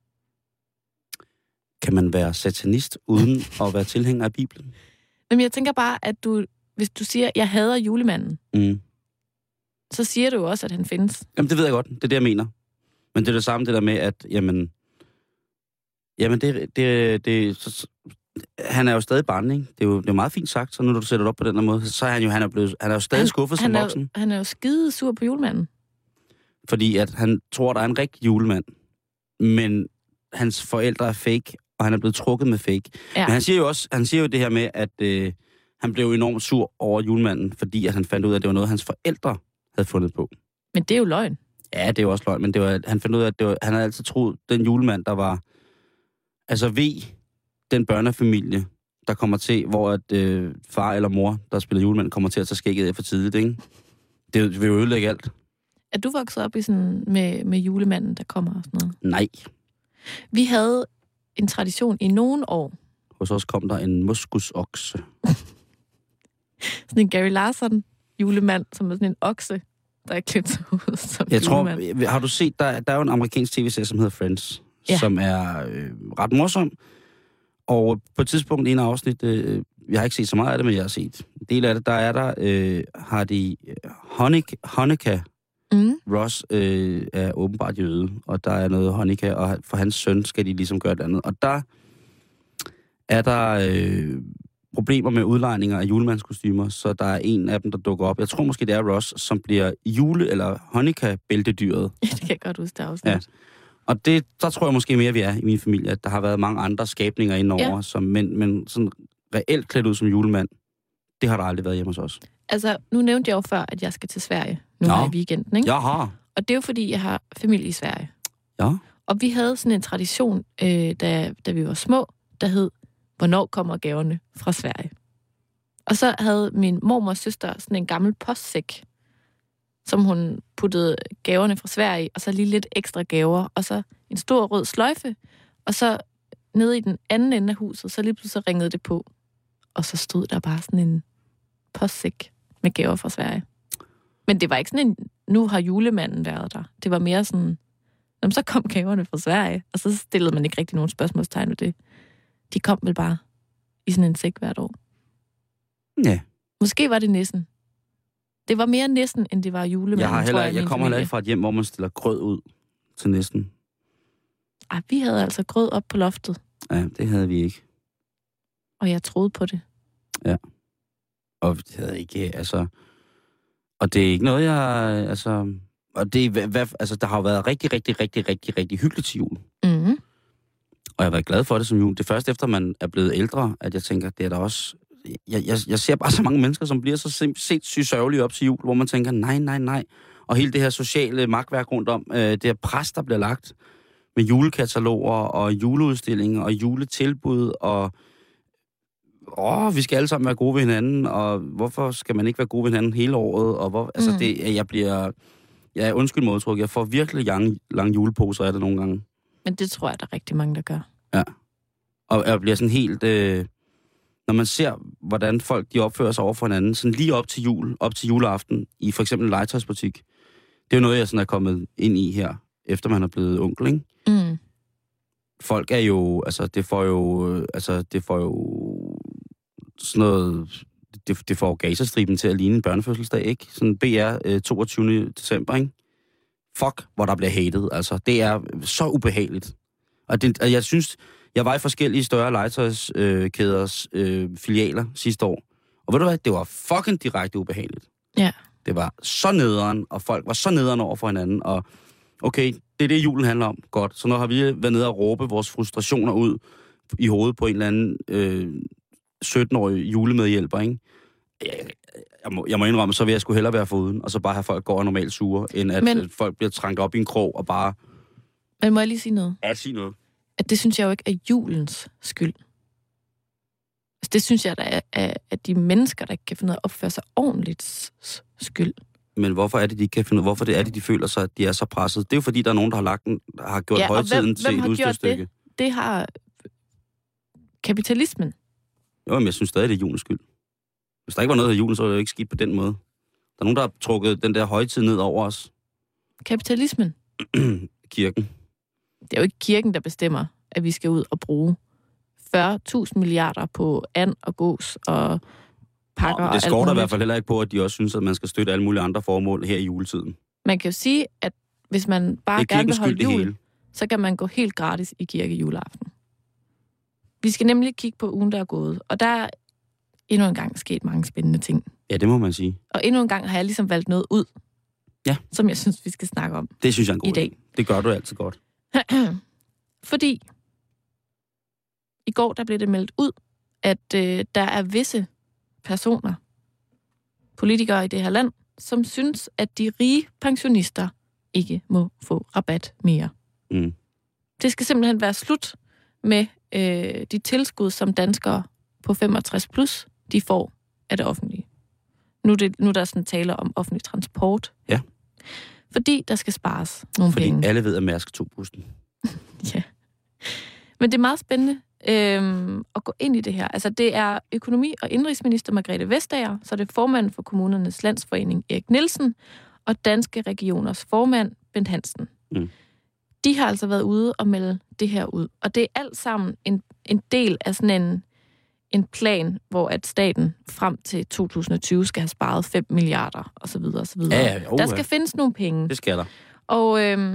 Kan man være satanist uden at være tilhænger af Bibelen? Jamen, jeg tænker bare, at hvis du siger, jeg hader julemanden, så siger du jo også, at han findes. Jamen, det ved jeg godt. Det er det, jeg mener. Men det er det samme, det der med, at jamen han er jo stadig barn, ikke? Det er jo meget fint sagt, så nu når du sætter det op på den her måde, så er han er jo stadig skuffet som voksen. Han er jo skide sur på julemanden. Fordi at han tror, der er en rigtig julemand, men hans forældre er fake, og han er blevet trukket med fake. Ja. Men han siger jo det her med, at han blev enormt sur over julemanden, fordi at han fandt ud af, at det var noget, hans forældre havde fundet på. Men det er jo løgn. Ja, det er jo også løgn, men han fandt ud af, at han havde altid troet, den julemand, der var... Altså den børnefamilie, der kommer til, hvor at far eller mor, der spiller julemand, kommer til at tage skægget af for tidligt, ikke? Det vil jo ødelægge alt. Er du vokset op i sådan med julemanden, der kommer og sådan noget? Nej. Vi havde en tradition i nogle år. Hos os kom der en moskusokse. Sådan en Gary Larson julemand, som er sådan en okse, der er klædt sig ud som julemand. Har du set, der er jo en amerikansk tv-serie, som hedder Friends, som er ret morsom. Og på et tidspunkt i en af afsnit, jeg har ikke set så meget af det, men jeg har set en del af det. Har de Hanukkah. Ross er åbenbart jøde, og der er noget Hanukkah, og for hans søn skal de ligesom gøre det andet. Og der er der problemer med udlejninger af julemandskostymer, så der er en af dem, der dukker op. Jeg tror måske, det er Ross, som bliver eller Hanukkah-bæltedyret. Ja, det kan jeg godt huske, det afsnit. Ja. Og der tror jeg måske mere, vi er i min familie, at der har været mange andre skabninger indover, som, men sådan reelt klædt ud som julemand, det har der aldrig været hjemme hos os. Altså, nu nævnte jeg jo før, at jeg skal til Sverige nu her i weekenden, ikke? Jaha. Og det er jo fordi, jeg har familie i Sverige. Ja. Og vi havde sådan en tradition, da vi var små, der hed, hvornår kommer gaverne fra Sverige? Og så havde min mormors søster sådan en gammel postsæk, som hun puttede gaverne fra Sverige, og så lige lidt ekstra gaver, og så en stor rød sløjfe, og så nede i den anden ende af huset, så lige pludselig ringede det på, og så stod der bare sådan en postsæk med gaver fra Sverige. Men det var ikke sådan en, nu har julemanden været der. Det var mere sådan, så kom gaverne fra Sverige, og så stillede man ikke rigtig nogen spørgsmålstegn ved det. De kom vel bare i sådan en sæk hvert år. Ja. Måske var det nissen. Det var mere nissen, end det var julemanden, jeg kommer heller ikke fra et hjem, hvor man stiller grød ud til nissen. Ej, vi havde altså grød op på loftet. Ja, det havde vi ikke. Og jeg troede på det. Ja. Og det havde ikke, altså... Og det er ikke noget, og det der har jo været rigtig hyggeligt til jul. Mhm. Og jeg har været glad for det som jul. Det er først efter, man er blevet ældre, at jeg tænker, det er der også... Jeg ser bare så mange mennesker, som bliver så sindssygt sørgelige op til jul, hvor man tænker, nej. Og hele det her sociale magtværk rundt om, det her pres, der bliver lagt med julekataloger og juleudstillinger og juletilbud, og vi skal alle sammen være gode ved hinanden, og hvorfor skal man ikke være gode ved hinanden hele året? Og jeg er undskyld modtryk, jeg får virkelig lange juleposer af det nogle gange. Men det tror jeg, der er rigtig mange, der gør. Ja. Og jeg bliver sådan helt... når man ser, hvordan folk de opfører sig over for hinanden, sådan lige op til juleaften, i for eksempel en legetøjsbutik. Det er jo noget, jeg sådan er kommet ind i her, efter man er blevet onkel, ikke? Mm. Folk er jo... det får jo sådan noget... Det får Gazastriben til at ligne en børnefødselsdag, ikke? Sådan BR 22. december, ikke? Fuck, hvor der bliver hated. Altså, det er så ubehageligt. Og jeg synes, jeg var i forskellige større legetøjskæders filialer sidste år. Og ved du hvad, det var fucking direkte ubehageligt. Ja. Det var så nederen, og folk var så nederen over for hinanden. Og okay, det er det, julen handler om. Godt. Så nu har vi været nede og råbe vores frustrationer ud i hovedet på en eller anden 17-årig julemedhjælper, ikke? Jeg må indrømme, så vil jeg sgu hellere være foruden, og så bare have folk gå normalt sure, end at folk bliver trængt op i en krog og bare... Men må jeg lige sige noget? Ja, sig noget. At det synes jeg jo ikke er julens skyld. Altså, det synes jeg, der er at de mennesker, der ikke kan finde ud af at opføre sig ordentligt skyld. Men hvorfor er det, de ikke kan finde ud af? Hvorfor er det, de føler sig, at de er så presset? Det er jo fordi, der er nogen, der har gjort højtiden til et udstødstykke. Det har kapitalismen. Jo, men jeg synes stadig, det er julens skyld. Hvis der ikke var noget af julen, så var det jo ikke skidt på den måde. Der er nogen, der har trukket den der højtid ned over os. Kapitalismen? Kirken. Det er jo ikke kirken, der bestemmer, at vi skal ud og bruge 40.000 milliarder på and og gås og pakker. Det skorter i hvert fald heller ikke på, at de også synes, at man skal støtte alle mulige andre formål her i juletiden. Man kan jo sige, at hvis man bare gerne vil holde jul, så kan man gå helt gratis i kirke juleaften. Vi skal nemlig kigge på ugen, der er gået, og der er endnu en gang sket mange spændende ting. Ja, det må man sige. Og endnu en gang har jeg ligesom valgt noget ud, som jeg synes, vi skal snakke om. Det synes jeg er en god i dag. Det gør du altid godt. Fordi i går, der blev det meldt ud, at der er visse personer, politikere i det her land, som synes, at de rige pensionister ikke må få rabat mere. Mm. Det skal simpelthen være slut med de tilskud, som danskere på 65 plus, de får af det offentlige. Nu er der sådan taler om offentlig transport. Ja. Fordi der skal spares nogle penge. Fordi alle ved, at Mærsk tog bussen. Ja. Men det er meget spændende at gå ind i det her. Altså, det er økonomi- og indrigsminister Margrethe Vestager, så det er formanden for Kommunernes Landsforening Erik Nielsen, og Danske Regioners formand Bent Hansen. Mm. De har altså været ude og melde det her ud. Og det er alt sammen en del af sådan en plan, hvor at staten frem til 2020 skal have sparet 5 milliarder osv. osv. Der skal findes nogle penge. Det skal der. Og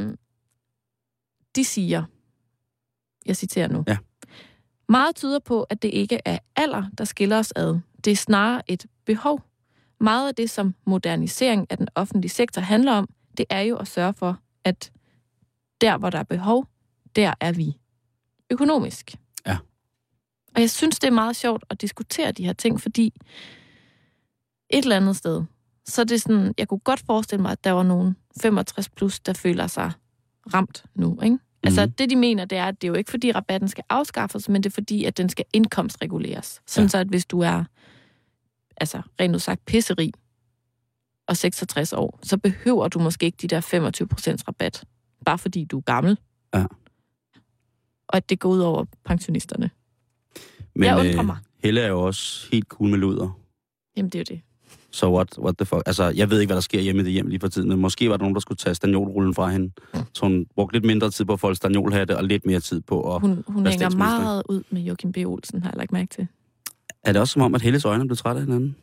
de siger, jeg citerer nu, meget tyder på, at det ikke er alder, der skiller os ad. Det er snarere et behov. Meget af det, som modernisering af den offentlige sektor handler om, det er jo at sørge for, at der, hvor der er behov, der er vi økonomisk. Ja. Og jeg synes, det er meget sjovt at diskutere de her ting, fordi et eller andet sted, så er det sådan, jeg kunne godt forestille mig, at der var nogen 65 plus, der føler sig ramt nu, ikke? Altså, det de mener, det er, at det er jo ikke fordi rabatten skal afskaffes, men det er fordi, at den skal indkomstreguleres. Sådan så, at hvis du er, altså rent udsagt pisserig og 66 år, så behøver du måske ikke de der 25% rabat, bare fordi du er gammel. Ja. Og at det går ud over pensionisterne. Men jeg undrer mig. Helle er jo også helt cool med luder. Jamen, det er jo det. Så what the fuck? Altså, jeg ved ikke, hvad der sker hjemme i det hjem lige for tiden, men måske var der nogen, der skulle tage stagnolrullen fra hende. Så hun brugte lidt mindre tid på at folde stagnolhatte, og lidt mere tid på at... Hun hænger meget ud med Joachim B. Olsen, har jeg lagt mærke til. Er det også som om, at Helles øjne blev træt af hinanden?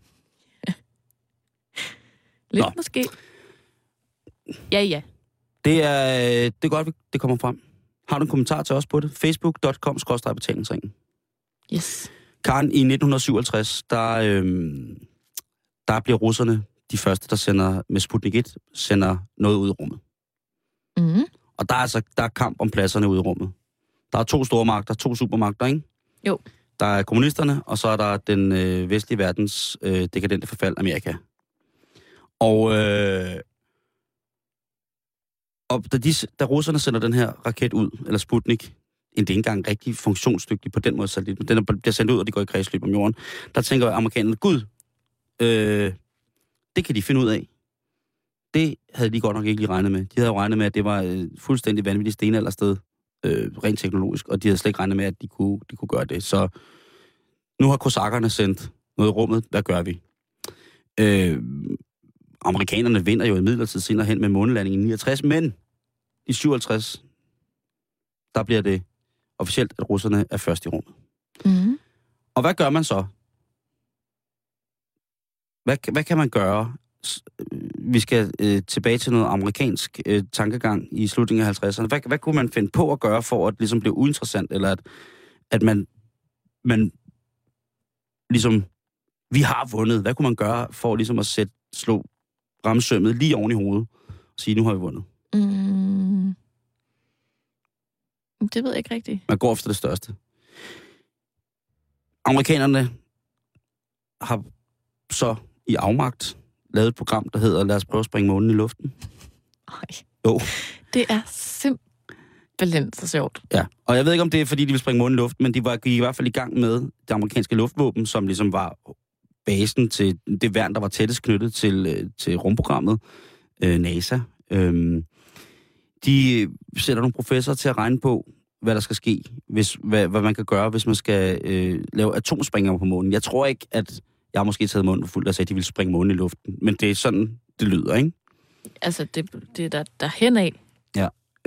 Lidt måske. Ja. Det er godt, det kommer frem. Har du en kommentar til os på det? Facebook.com/betalingsringen. Yes. Karen, i 1957, der bliver russerne de første, der sender med Sputnik 1, sender noget ud i rummet. Mm. Og der er kamp om pladserne ude i rummet. Der er 2 store magter, 2 supermagter, ikke? Jo. Der er kommunisterne, og så er der den vestlige verdens dekadente forfald, Amerika. Og da russerne sender den her raket ud, eller Sputnik, det er ikke engang rigtig funktionsdygtig på den måde, så den bliver sendt ud, og de går i kredsløb om jorden, der tænker amerikanerne, gud, det kan de finde ud af. Det havde de godt nok ikke lige regnet med. De havde jo regnet med, at det var fuldstændig vanvittigt stenaldersted, rent teknologisk, og de havde slet ikke regnet med, at de kunne gøre det. Så nu har kosakkerne sendt noget i rummet. Hvad gør vi? Amerikanerne vinder jo imidlertid senere hen med månelandingen i 69, men i 57, der bliver det officielt, at russerne er først i rummet. Mm. Og hvad gør man så? Hvad kan man gøre? Vi skal tilbage til noget amerikansk tankegang i slutningen af 50'erne. Hvad kunne man finde på at gøre for at ligesom blive uinteressant, eller at man ligesom, vi har vundet. Hvad kunne man gøre for ligesom at slå ramsømmet lige oven i hovedet og sige, nu har vi vundet? Det ved jeg ikke rigtigt. Man går efter det største. Amerikanerne har så i afmagt lavet et program, der hedder Lad os prøve at springe månen i luften. Ej. Jo. Det er simpelthen så sjovt. Ja, og jeg ved ikke, om det er, fordi de vil springe månen i luften, men de gik i hvert fald i gang med det amerikanske luftvåben, som ligesom var basen til det værn, der var tættest knyttet til rumprogrammet, NASA. De sætter nogle professorer til at regne på, hvad der skal ske, hvad man kan gøre, hvis man skal lave atomsprængninger på månen. Jeg tror ikke, at jeg har måske taget munden fuldt og sagde, at de vil springe månen i luften. Men det er sådan, det lyder, ikke? Altså, det er der henad. Ja.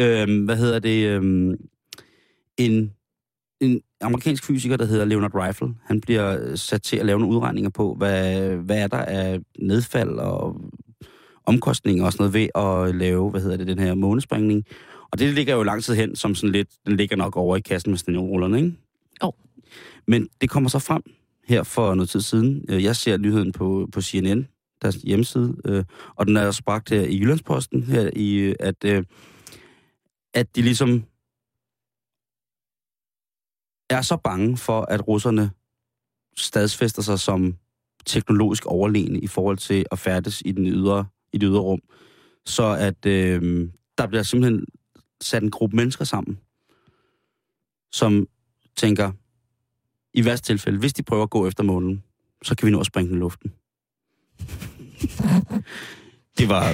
En amerikansk fysiker, der hedder Leonard Riefel, han bliver sat til at lave nogle udregninger på, hvad er der af nedfald og omkostninger og sådan noget ved at lave, den her månesprængning. Og det ligger jo lang tid hen, som sådan lidt, den ligger nok over i kassen med stagnolrullerne, ikke? Jo. Men det kommer så frem her for noget tid siden. Jeg ser nyheden på CNN, deres hjemmeside, og den er også bragt her i Jyllandsposten, her i, at de ligesom er så bange for, at russerne stadsfæster sig som teknologisk overlegne i forhold til at færdes i det ydre rum. Så at der bliver simpelthen sat en gruppe mennesker sammen, som tænker, i værste tilfælde, hvis de prøver at gå efter månen, så kan vi nå at springe den i luften. Det var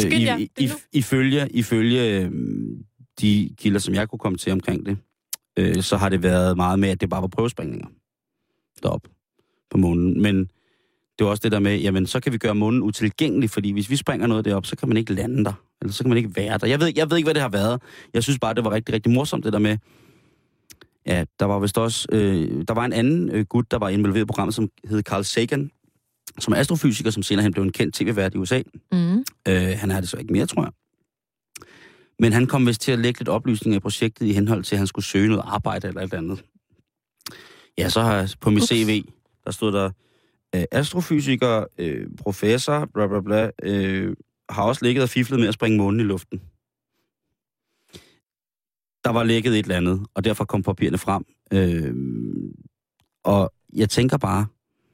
ifølge de kilder, som jeg kunne komme til omkring det, så har det været meget med, at det bare var prøvesprængninger deroppe på månen. Men det var også det der med, jamen så kan vi gøre månen utilgængelig, fordi hvis vi springer noget derop, så kan man ikke lande der, eller så kan man ikke være der. Jeg ved ikke, hvad det har været. Jeg synes bare, det var rigtig, rigtig morsomt, det der med, Ja, der var vist også... der var en anden gut, der var involveret i programmet, som hed Carl Sagan, som er astrofysiker, som senere hen blev en kendt tv-vært i USA. Mm. Han er det så ikke mere, tror jeg. Men han kom vist til at lægge lidt oplysninger i projektet i henhold til, at han skulle søge noget arbejde eller et andet. Ja, så har jeg på mit CV, der stod der astrofysiker, professor, bla bla bla, har også ligget og fiflet med at springe månen i luften. Der var lækket et eller andet, og derfor kom papirerne frem. Og jeg tænker bare,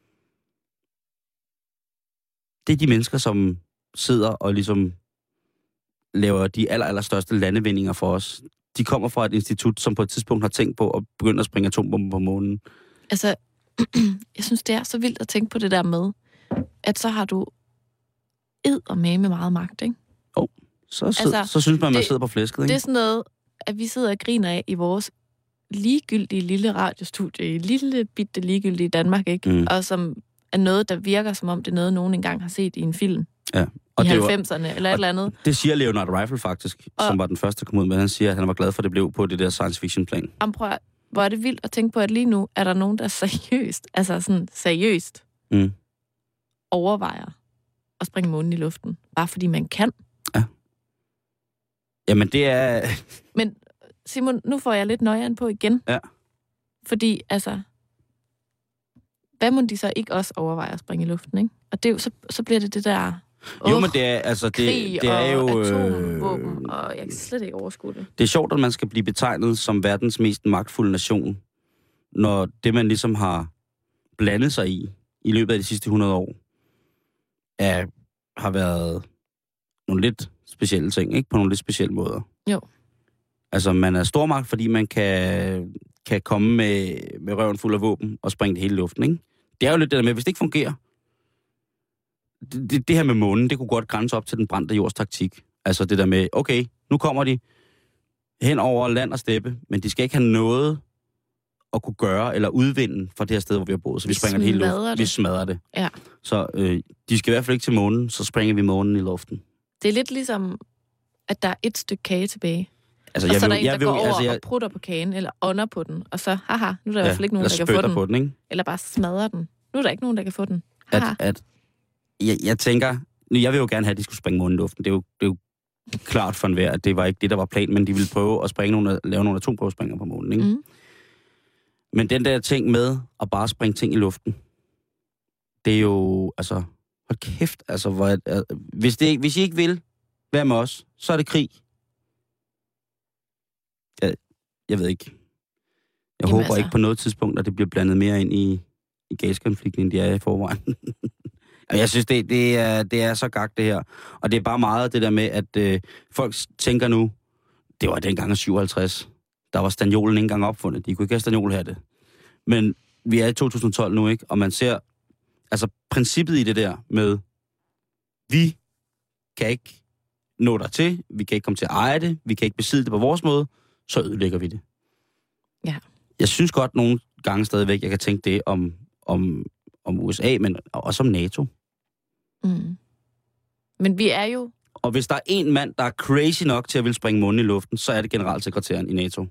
det er de mennesker, som sidder og ligesom laver de allerstørste landevindinger for os. De kommer fra et institut, som på et tidspunkt har tænkt på at begynde at springe atombomber på månen. Altså, jeg synes, det er så vildt at tænke på det der med, at så har du eddermame meget magt, ikke? Så synes man sidder på flæsket, ikke? Det er sådan noget, at vi sidder og griner af i vores ligegyldige lille radiostudie, lille bitte ligegyldige Danmark, ikke? Mm. Og som er noget, der virker som om det er noget, nogen engang har set i en film. Ja. Og i 90'erne, eller et eller andet. Det siger Leonard Riefel faktisk, som var den første, der kom ud med. Han siger, at han var glad for, at det blev på det der science fiction plan. Hvor er det vildt at tænke på, at lige nu er der nogen, der seriøst overvejer at springe månen i luften. Bare fordi man kan. Ja. Jamen det er... Men Simon, nu får jeg lidt nøjeren på igen. Ja. Fordi, altså... Hvad må de så ikke også overveje at springe i luften, ikke? Og det er jo, så bliver det der... Jo, men det er, altså, det er jo... atomvåben, og jeg kan slet ikke overskue det. Det er sjovt, at man skal blive betegnet som verdens mest magtfulde nation, når det, man ligesom har blandet sig i løbet af de sidste 100 år, har været nogle lidt specielle ting, ikke? På nogle lidt specielle måder. Jo. Altså, man er stormagt, fordi man kan komme med røven fuld af våben og springe det hele i luften, ikke? Det er jo lidt det der med, hvis det ikke fungerer, det her med månen, det kunne godt grænse op til den brændte jords taktik. Altså det der med, okay, nu kommer de hen over land og steppe, men de skal ikke have noget at kunne gøre eller udvinde fra det her sted, hvor vi har boet. Så vi springer det hele luft. Vi smadrer det. Ja. Så de skal i hvert fald ikke til månen, så springer vi månen i luften. Det er lidt ligesom, at der er et stykke kage tilbage. Altså, og så er der en, der går over og prutter på kagen, eller ånder på den, og så, haha, nu er der i hvert fald ikke nogen, der kan få den. På den, ikke? Eller bare smadrer den. Nu er der ikke nogen, der kan få den. Jeg tænker, jeg vil jo gerne have, at de skulle springe månen i luften. Det er jo klart for enhver, at det var ikke det, der var planen, men de ville prøve at lave nogle atomprøvespringere på månen, ikke? Mm. Men den der ting med at bare springe ting i luften, det er jo, altså, hold kæft, altså, hvis I ikke vil være med os, så er det krig. Jeg ved ikke. Jeg håber ikke på noget tidspunkt, at det bliver blandet mere ind i gaskonflikten, end de er i forvejen. Og jeg synes, det er så gakt, det her. Og det er bare meget det der med, at folk tænker nu, det var dengang af 57. Der var staniolen ikke engang opfundet. De kunne ikke have stanjol her det. Men vi er i 2012 nu, ikke? Og man ser, altså princippet i det der med, vi kan ikke nå dertil, vi kan ikke komme til at eje det, vi kan ikke besidde det på vores måde, så ødelægger vi det. Ja. Jeg synes godt nogle gange stadigvæk, jeg kan tænke det om USA, men også om NATO. Mm. Men vi er jo... Og hvis der er en mand, der er crazy nok til at ville springe månen i luften, så er det generalsekretæren i NATO.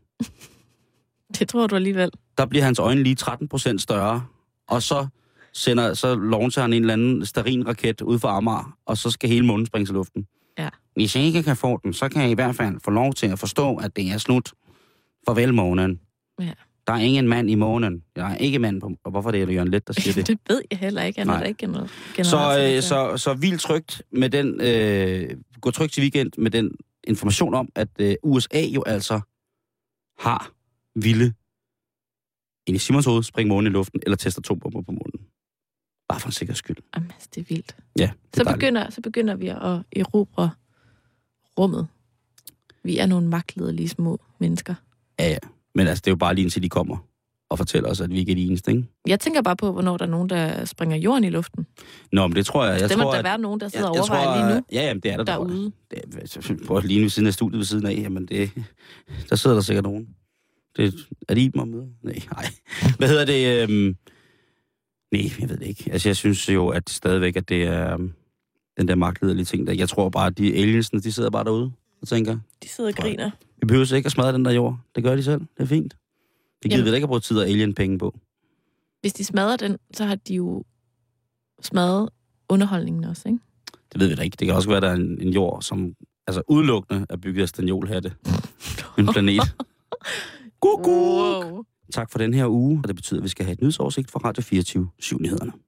Det tror du alligevel. Der bliver hans øjne lige 13% større, og så launcher han en eller anden stearinraket ud for Amager, og så skal hele månen springe i luften. Ja. Hvis jeg ikke kan få den, så kan jeg i hvert fald få lov til at forstå, at det er slut. Farvel månen. Ja. Der er ingen mand i månen. Der er ikke mand på... Og hvorfor det er Jørgen Leth, der siger det? Det ved jeg heller ikke. Han er der ikke noget. Så vildt trygt med den... gå trygt til weekend med den information om, at USA jo altså har ville ind i Simons hoved springe månen i luften eller teste atombomber på månen. Bare for en sikkerheds skyld. Jamen, det er vildt. Ja, så begynder vi at erobre rummet. Vi er nogle magtliderlige små mennesker. Ja. Men altså, det er jo bare lige indtil de kommer og fortæller os, at vi ikke er de eneste, ikke? Jeg tænker bare på, hvornår der er nogen, der springer jorden i luften. Nå, men det tror jeg. Det må der være nogen, der sidder og overvejer lige nu. Ja, jamen, det er der derude. Prøv lige nu siden af studiet ved siden af. Jamen, der sidder der sikkert nogen. Er de Iben at møde? Nej. Hvad hedder det? Nej, jeg ved det ikke. Altså, jeg synes jo, at stadigvæk, at det er den der magtliderlige ting. Der. Jeg tror bare, at de aliensene, de sidder bare derude og tænker... De sidder og griner. Vi behøver ikke at smadre den der jord. Det gør de selv. Det er fint. Det gider vi da ikke at bruge tid og alien-penge på. Hvis de smadrer den, så har de jo smadret underholdningen også, ikke? Det ved vi da ikke. Det kan også være, at der er en jord, som altså udelukkende er bygget af stanniolhatte. En planet. Wow. Tak for den her uge, og det betyder, at vi skal have et nyhedsoversigt fra Radio 24 7-nyhederne.